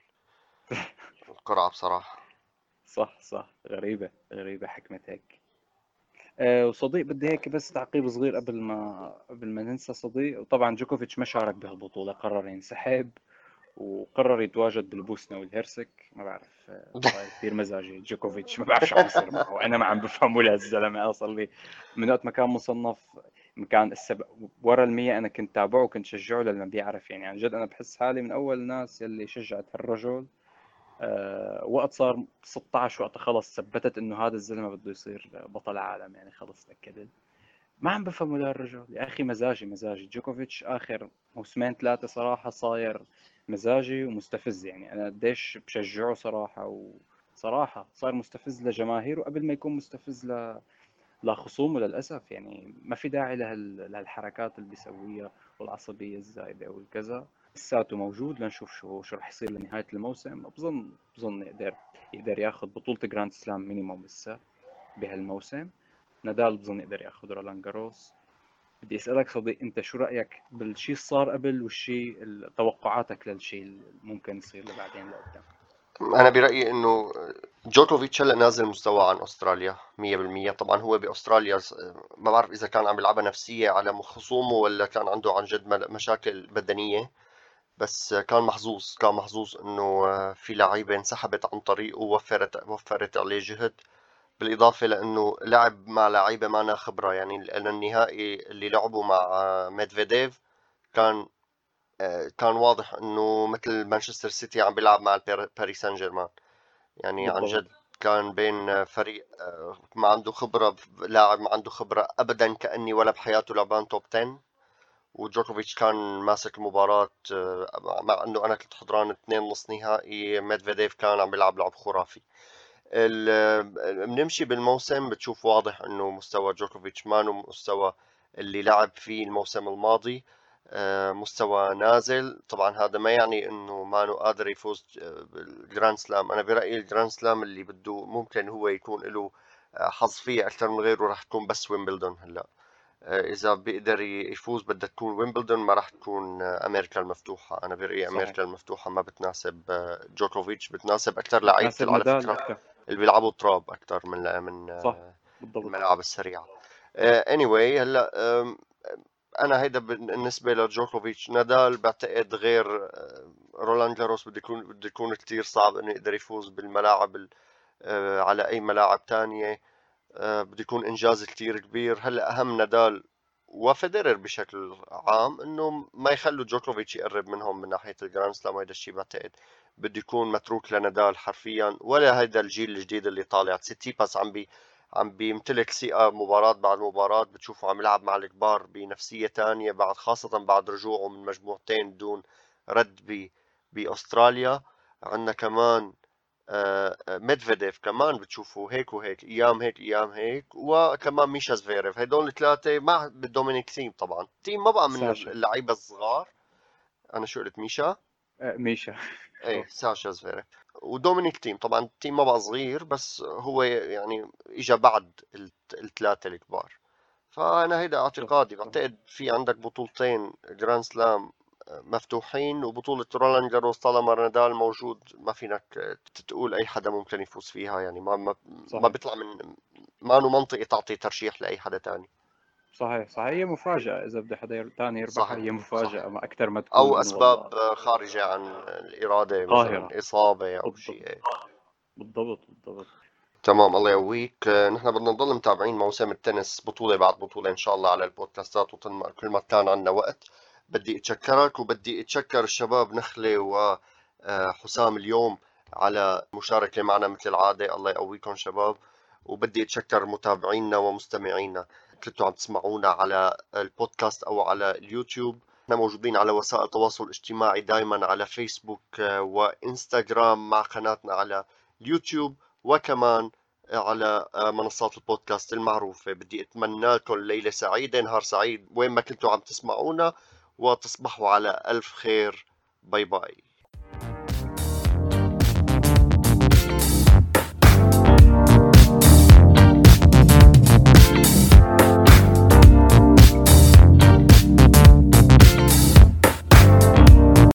القرعه بصراحه. صح. صح. غريبه غريبه حكمة هيك. آه، وصديق بدي هيك بس تعقيب صغير قبل ما قبل ما ننسى صديق، وطبعا جوكوفيتش ما شارك بهالبطولة، قرر ينسحب، وقرر يتواجد بالبوسنة والهرسك. ما بعرف، آه، صاير كثير مزاجي جوكوفيتش، ما بعرف شو عم بيصير معه، انا ما عم بفهمه لهالزلمة اصلا لي من وقت ما كان مصنف مكان السبع ورا المية. انا كنت تابعه وكنت شجعه لما بيعرف، يعني عن جد انا بحس حالي من اول الناس يلي شجعت هالرجل. أه وقت صار ستة عشر، وقت خلص ثبتت انه هذا الزلمه بده يصير بطل عالم، يعني خلص تاكدت. ما عم بفهمه لهالرجل يا اخي، مزاجي مزاجي جوكوفيتش اخر موسمين ثلاثه صراحه صاير مزاجي ومستفز، يعني انا قديش بشجعه صراحه، وصراحه صار مستفز لجماهيره قبل ما يكون مستفز ل لخصومه للاسف، يعني ما في داعي لهال... لهالحركات اللي بيسويها والعصبيه الزايده والكذا. لساته موجود، لنشوف شو شو رح يصير لنهايه الموسم. بظن بظن يقدر يقدر ياخذ بطوله جراند سلام مينيموم لسه بهالموسم. نادال بظن يقدر ياخذ رولان جاروس. بدي اسالك صديق، انت شو رايك بالشيء اللي صار قبل والشيء ال- توقعاتك للشيء اللي ممكن يصير لبعدين لقدام؟ انا برايي انه جوكوفيتش هلا نازل مستوى عن استراليا مية بالمية. طبعا هو باستراليا س- ما بعرف اذا كان عم يلعبها نفسيه على خصومه ولا كان عنده عن جد مل- مشاكل بدنيه، بس كان محظوظ كان محظوظ انه في لعيبه انسحبت عن طريقه ووفرت وفرت عليه جهد، بالاضافه لانه لعب مع لعيبه معنا خبره. يعني النهائي اللي لعبوا مع ميدفيديف كان كان واضح انه مثل مانشستر سيتي عم بيلعب مع باريس سان جيرمان. يعني عن بالضبط. جد كان بين فريق ما عنده خبرة، لاعب ما عنده خبرة أبدا كأني ولا بحياته لعبان توب عشرة، وجوكوفيتش كان ماسك المباراة. مع انه انا كنت حضران اثنين نص نهائي، ميدفيديف كان عم بيلعب لعب خرافي. بنمشي بالموسم بتشوف واضح انه مستوى جوكوفيتش مانو مستوى اللي لعب فيه الموسم الماضي، مستوى نازل. طبعا هذا ما يعني انه مانو قادر يفوز بالجراند سلام. انا برأيي الجراند سلام اللي بده ممكن هو يكون له حظ فيه اكثر من غيره راح تكون بس ويمبلدون. هلا اذا بيقدر يفوز بدها تكون ويمبلدون، ما راح تكون امريكا المفتوحه. انا برأيي صحيح. امريكا المفتوحه ما بتناسب جوكوفيتش، بتناسب اكثر لعيبه بتناسب على نادال فكره اكثر. اللي بيلعبوا تراب اكثر من من صح بالضبط. الملاعب السريعه. anyway هلا انا هيدا بالنسبه لجوكوفيتش. نادال بعتقد غير رولان جاروس بده يكون بده يكون كثير صعب انه يقدر يفوز بالملاعب على اي ملاعب تانية. بده يكون انجاز كتير كبير. هلا اهم نادال وفيدرر بشكل عام انه ما يخلوا جوكوفيتش يقرب منهم من ناحيه الجراند سلام. هيدا الشيء بعتقد بده يكون متروك لنادال حرفيا، ولا هيدا الجيل الجديد اللي طالع. تسيتيباس عم بي عم بيمتلك ثقه مباراه بعد مباراه، بتشوفه عم يلعب مع الكبار بنفسيه تانية، بعد خاصه بعد رجوعه من مجموعتين دون رد ب باستراليا. عندنا كمان ميدفيديف كمان بتشوفوا هيك وهيك، ايام هيك ايام هيك، وكمان ميشا زفيرف. هدول الثلاثه مع دومينيك ثيم. طبعا تيم ما بقى من ساشا. اللعيبه الصغار. انا شو قلت؟ ميشا آه، ميشا. ايه ساشا زفيرف ودومينيك تيم. طبعا التيم ما بقى صغير، بس هو يعني اجى بعد الثلاثه الكبار. فانا هيدا اعتقادي. بعتقد في عندك بطولتين جراند سلام مفتوحين، وبطولة رولان جاروس طالما نادال موجود ما فينك تقول اي حدا ممكن يفوز فيها. يعني ما ما, ما بيطلع من ما انه منطقي تعطي ترشيح لاي حدا تاني. صحيح صحيح. هي مفاجأة إذا بده حدا ثاني يربحها، هي مفاجأة ما أكثر ما تكون او إنه اسباب والله خارجة عن الارادة، قاهرة. مثلا اصابة او بالضبط شيء. بالضبط بالضبط. تمام، الله يقويك. نحن بدنا نضل متابعين موسم التنس بطولة بعد بطولة ان شاء الله على البودكاستات، وكل ما كان عندنا وقت. بدي اتشكرك وبدي اتشكر الشباب نخلة وحسام اليوم على المشاركة معنا مثل العادة. الله يقويكم شباب. وبدي اتشكر متابعينا ومستمعينا كنتوا عم تسمعونا على البودكاست او على اليوتيوب. احنا موجودين على وسائل التواصل الاجتماعي دائما على فيسبوك وانستغرام، مع قناتنا على اليوتيوب، وكمان على منصات البودكاست المعروفة. بدي اتمنى لكم ليلة سعيدة، نهار سعيد وين ما كنتوا عم تسمعونا، وتصبحوا على ألف خير. باي باي.